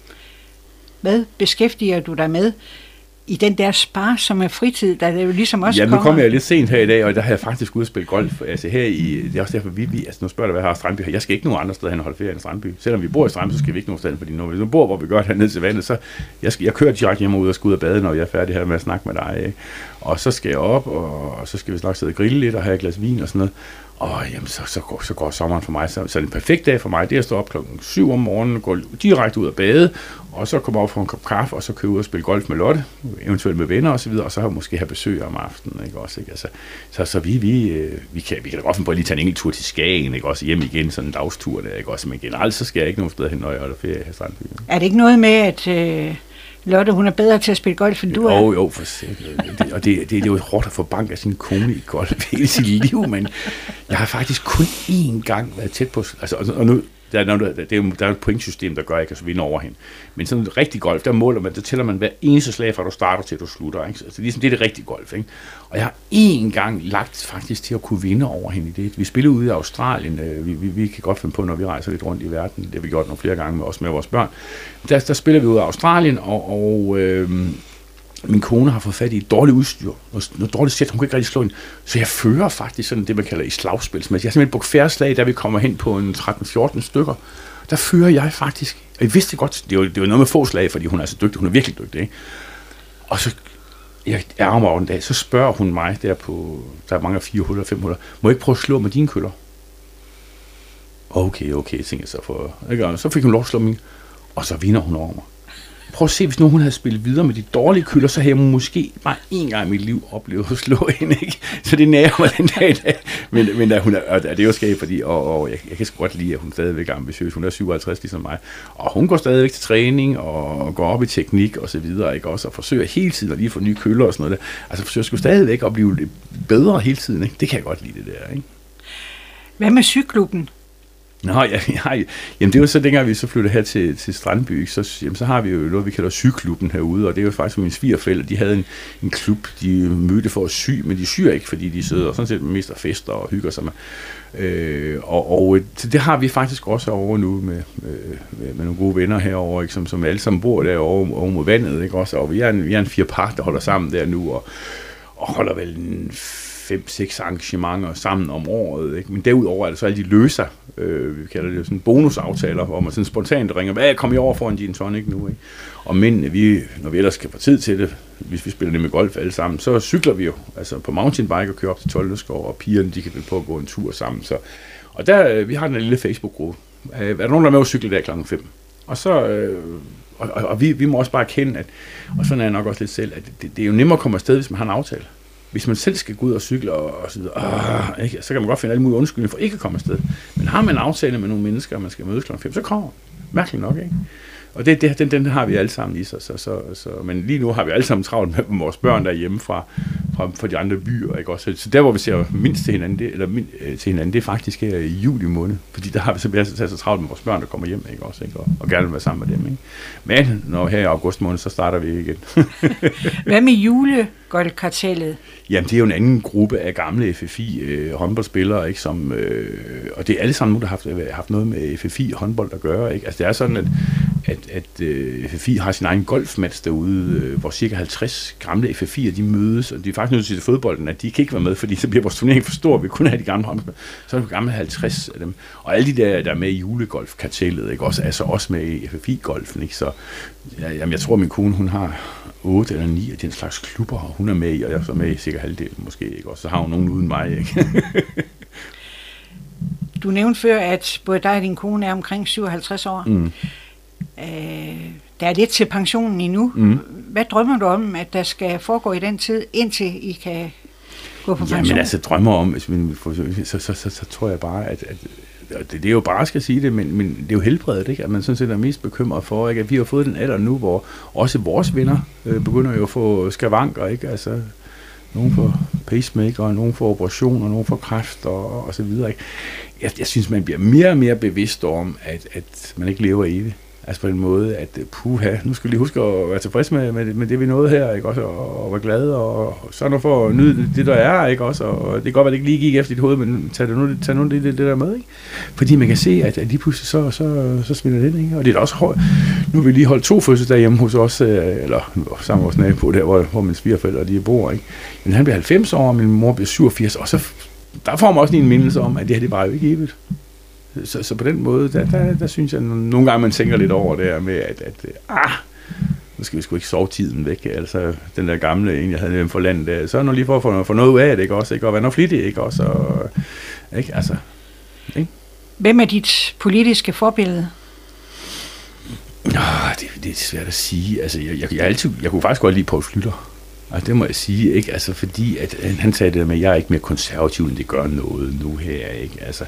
Hvad beskæftiger du dig med i den der sparsomme fritid, der det jo ligesom også kommer? Ja, nu kom jeg lidt sent her i dag, og der har jeg faktisk ude at spille golf. Altså her det er også derfor, altså nu spørger du, hvad jeg har i Strandby her. Jeg skal ikke nogen andre steder hen og holde ferie end Strandby. Selvom vi bor i Strandby, så skal vi ikke nogen steder, fordi når vi nu bor, hvor vi gør det her ned til vandet, så jeg kører direkte hjemme ud og skal ud og bade, når jeg er færdig her med at snakke med dig, ikke? Og så skal jeg op, og så skal vi snart sidde og grille lidt og have et glas vin og sådan noget. Og jamen, så går sommeren for mig. Så en perfekt dag for mig, det er at stå op 7:00 om morgenen, gå direkte ud og bade, og så komme op for en kop kaffe, og så køre ud og spille golf med Lotte, eventuelt med venner og så videre, og så måske have besøg om aftenen, ikke også, ikke? Altså, så vi kan da godt finde på at lige tage en enkelt tur til Skagen, ikke også, hjem igen, sådan en dagstur der, ikke også, men generelt så skal jeg ikke nogen steder hen, når jeg holder ferie her i Strandby. Er det ikke noget med, at Lotte, hun er bedre til at spille golf, end du er? Jo, for sikkert. Og det er jo hårdt at få bank af sin kone i golf hele sit liv, men jeg har faktisk kun én gang været tæt på, altså, og nu, der er et pointsystem, der gør, at jeg kan vinde over hende. Men sådan en rigtig golf, der måler man, der tæller man hver eneste slag, fra du starter til du slutter. Ikke? Altså, ligesom det er det rigtige golf. Ikke? Og jeg har én gang lagt faktisk til at kunne vinde over hende i det. Vi spillede ude i Australien. Vi kan godt finde på, når vi rejser lidt rundt i verden. Det har vi gjort nogle flere gange med os med vores børn. Der spiller vi ude i Australien, og min kone har fået fat i et dårligt udstyr, noget dårligt sæt, hun kan ikke rigtig slå ind, så jeg fører faktisk sådan det, man kalder i slagspilsmæssigt. Jeg har simpelthen brugt færre slag, da vi kommer hen på en 13-14 stykker, der fører jeg faktisk, og jeg vidste godt, det var noget med få slag, fordi hun er så dygtig, hun er virkelig dygtig, ikke? Og så, jeg ærger mig over en dag, så spørger hun mig der er mange 4 huller, 5 huller, må jeg ikke prøve at slå med dine køller? Okay, tænker jeg så for, ikke? Så fik hun lov at slå min, og så vinder hun over mig. Prøv at se, hvis nu hun havde spillet videre med de dårlige køller, så havde hun måske bare én gang i mit liv oplevet at slå hende, ikke? Så det nærer mig den dag. Men hun er, det er jo skægt, fordi og jeg kan sgu godt lide, at hun stadigvæk er ambitiøs. Hun er 57 ligesom mig. Og hun går stadigvæk til træning og går op i teknik og så videre, ikke? Også og forsøger hele tiden at lige få nye køller og sådan noget der. Altså forsøger sgu stadigvæk at blive bedre hele tiden, ikke? Det kan jeg godt lide, det der, ikke? Hvad med cyklubben? Nå, jamen det var så dengang vi så flyttede her til Strandby, så har vi jo noget, vi kalder syklubben herude, og det er jo faktisk mine svigerforældre, de havde en klub, de mødte for at sy, men de syr ikke, fordi de sidder sådan set mest og fester og hygger sig med. Og det har vi faktisk også over nu med nogle gode venner herovre, ikke, som alle sammen bor derovre over mod vandet, ikke også, og vi er en 4 par, der holder sammen der nu, og holder vel 5-6 arrangementer sammen om året, ikke? Men derudover er det så alle de løser, vi kalder det sådan bonusaftaler, hvor man sådan spontant ringer, hvad kommer I over for en gin tonic nu, ikke? Og mændene, når vi ellers skal få tid til det, hvis vi spiller det med golf alle sammen, så cykler vi jo, altså på mountainbike og kører op til Toldeskov, og pigerne, de kan vel på at gå en tur sammen, så. Og der, vi har en lille Facebook-gruppe. Er der nogen, der er med at cykle der klokken 5? Og så, og vi må også bare erkende, at, og sådan er jeg nok også lidt selv, at det er jo nemmere at komme afsted, hvis man har en aftale. Hvis man selv skal gå ud og cykle og så videre, ikke? Så kan man godt finde alle mulige undskyldninger for ikke at komme afsted. Men har man en aftale med nogle mennesker, og man skal mødes klokken 5, så kommer mærkeligt nok, ikke? Og den har vi alle sammen i sig. Så, men lige nu har vi alle sammen travlt med vores børn derhjemme fra de andre byer, ikke også? Så der, hvor vi ser mindst til hinanden, det er faktisk her i juli måned. Fordi der har vi så travlt med vores børn, der kommer hjem, ikke også? Ikke? Og gerne vil være sammen med dem, ikke? Men når her i august måned, så starter vi igen. Hvad med julegolfkartellet? Jamen, det er jo en anden gruppe af gamle FFI håndboldspillere, ikke, som, og det er alle sammen nu, der har haft noget med FFI håndbold at gøre, ikke? Altså, det er sådan, at FFI har sin egen golfmatch derude, hvor cirka 50 gamle FFI'er, de mødes, og de er faktisk nødt til fodbolden, at de kan ikke være med, fordi så bliver vores turnering for stor, vi kun have de gamle håndboldspillere. Så er der gamle 50 af dem. Og alle de der er med i julegolfkartellet, ikke? Også med i FFI-golfen, ikke? Så jamen, jeg tror, min kone, hun har 8 eller 9 af den slags klubber, og hun er med i, og jeg er så med i cirka halvdelen måske, ikke? Og så har hun nogen uden mig, ikke? Du nævnte før, at både dig og din kone er omkring 57 år. Mm. Der er lidt til pensionen endnu. Mm. Hvad drømmer du om, at der skal foregå i den tid, indtil I kan gå på pension? Jamen altså, drømmer om, så tror jeg bare, at det er jo bare skal sige det, men det er jo helbredet, ikke? At man sådan set er mest bekymret for, ikke? At vi har fået den alder nu, hvor også vores venner begynder jo at få skavanker, ikke? Altså, nogen får pacemaker, og nogen får operationer, og nogen får kræft og så videre, ikke? Jeg synes, man bliver mere og mere bevidst om, at man ikke lever evigt. Altså på den måde, at nu skal vi lige huske at være tilfreds med det, vi nåede her, ikke også, og være glade, og så nu for at nyde det, der er, ikke også, og det kan godt være, at det ikke lige gik efter dit hoved, men tag nu det der med, ikke? Fordi man kan se, at lige pludselig så smitter det, ikke? Og det er da også højt. Nu har vi lige holdt 2 fødselsdage hjemme hos os, eller sammen med vores nabo der, hvor mine svigerforældre de bor, ikke? Men han bliver 90 år, og min mor bliver 87, og så der får man også lige en mindelse om, at det her, det bare jo ikke evigt. Så på den måde, der synes jeg, nogle gange man tænker lidt over det med, at nu skal vi sgu ikke sove tiden væk. Altså, den der gamle en, jeg havde hjemme for landet, så er det lige for at få noget ud af det, ikke også? Ikke? Og være noget flittig, ikke også? Og, ikke? Altså, ikke? Hvem er dit politiske forbillede? Det er svært at sige. Altså, jeg kunne faktisk godt lide Poul Schlüter. Og det må jeg sige, ikke? Altså, fordi at han sagde det med, at jeg er ikke mere konservativ, end det gør noget nu her, ikke? Altså,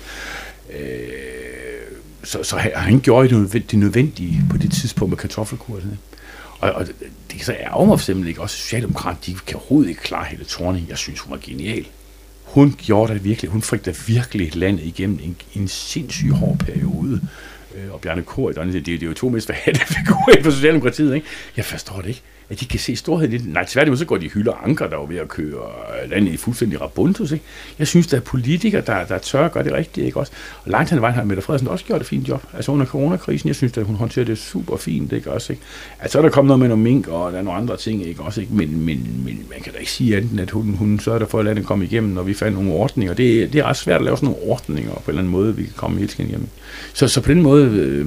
så han gjorde det nødvendige på det tidspunkt med kartoffelkursene. Og det så er mig for eksempel ikke også socialdemokrat, de kan overhovedet ikke klare Helle Thorning. Jeg synes, hun var genial. Hun gjorde det virkelig. Hun fik da virkelig landet igennem en sindssygt hård periode. Og Bjarne Corydon, det er jo to mest forhatte figurer for Socialdemokratiet, ikke? Jeg forstår det ikke, at de kan se storhed i det. Nej, tværtimod så går de hylder Anker, der er ved at køre landet i fuldstændig rabundus, ikke? Jeg synes, der er politikere, der tør at gøre det rigtigt, ikke også? Og langt hen ad vejen har Mette Frederiksen også gjort et fint job. Altså under coronakrisen, jeg synes, at hun håndterer det super fint, ikke også, ikke? Altså så er der kommet noget med nogle mink, og der er nogle andre ting, ikke også, ikke? Men man kan da ikke sige andet, at hun sørger der for, at landet kommer igennem, når vi fandt nogle ordninger. Det er ret svært at lave sådan nogle ordninger på en eller anden måde, vi kan komme helt skænd igennem. Så på den måde,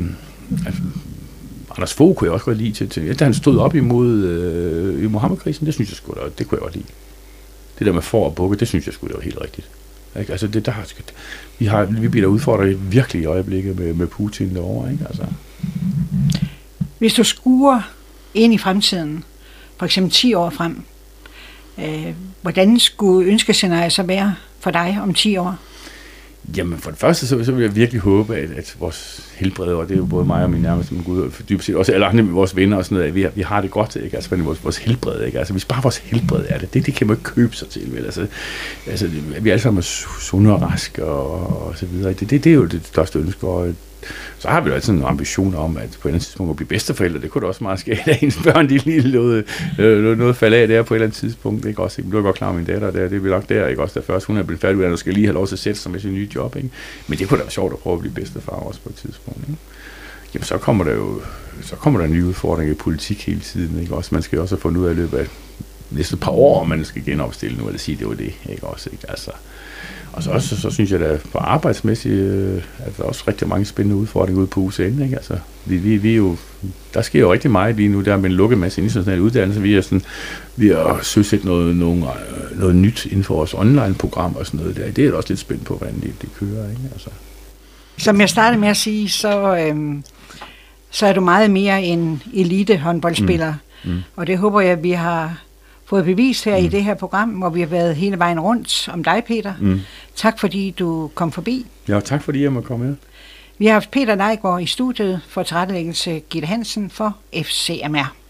Anders Fogh kunne jeg også godt lide til da han stod op imod i Muhammed-krisen, det synes jeg sgu da, det kunne jeg godt lide. Det der med for og bukke, det synes jeg sgu da var helt rigtigt. Ikke? Altså vi bliver udfordret virkelig i øjeblikket med Putin derovre, ikke? Altså. Hvis du skuer ind i fremtiden, for eksempel 10 år frem, hvordan skulle ønskescenariet så være for dig om 10 år? Jamen for det første, så vil jeg virkelig håbe, at vores helbred, og det er jo både mig og min nærmeste Gud, for dybest set også alle andre vores venner og sådan noget, at vi har det godt, ikke? Altså vores helbred, ikke? Altså hvis bare vores helbred er det kan man ikke købe sig til, vel? Altså vi alle sammen er sunde og raske og så videre. Det er jo det største ønske, og så har vi jo altid en ambition om, at på et eller andet tidspunkt at blive bedsteforældre. Det kunne da også meget ske, at ens børn de lige noget falde af der på et eller andet tidspunkt. Ikke? Også, du er godt klar med min datter der, det er nok der, ikke også der først. Hun er blevet færdig, og skal lige have lov til at sætte sig med sin nye job. Ikke? Men det kunne da være sjovt at prøve at blive bedstefar også på et tidspunkt. Ikke? Jamen så kommer der nye udfordringer i politik hele tiden. Ikke? Også, man skal også have fundet ud af løbet af næste par år, om man skal genopstille nu, eller sige, det var det. Ikke? Også, ikke? Altså, og så synes jeg, at på arbejdsmæssigt, at der er også rigtig mange spændende udfordringer ude på UCN. Ikke? Altså, vi jo, der sker jo rigtig meget lige nu, der med en lukket masse international uddannelse. Vi har søgt noget nyt inden for vores online-program og sådan noget der. Det er også lidt spændt på, hvordan det kører. Ikke? Altså. Som jeg startede med at sige, så er du meget mere en elite-håndboldspiller. Og det håber jeg, vi har fået bevist her i det her program, hvor vi har været hele vejen rundt om dig, Peter. Tak fordi du kom forbi. Ja, tak fordi jeg måtte komme her. Vi har haft Peter Leiggaard i studiet for tilrettelæggelse Gitte Hansen for FCMR.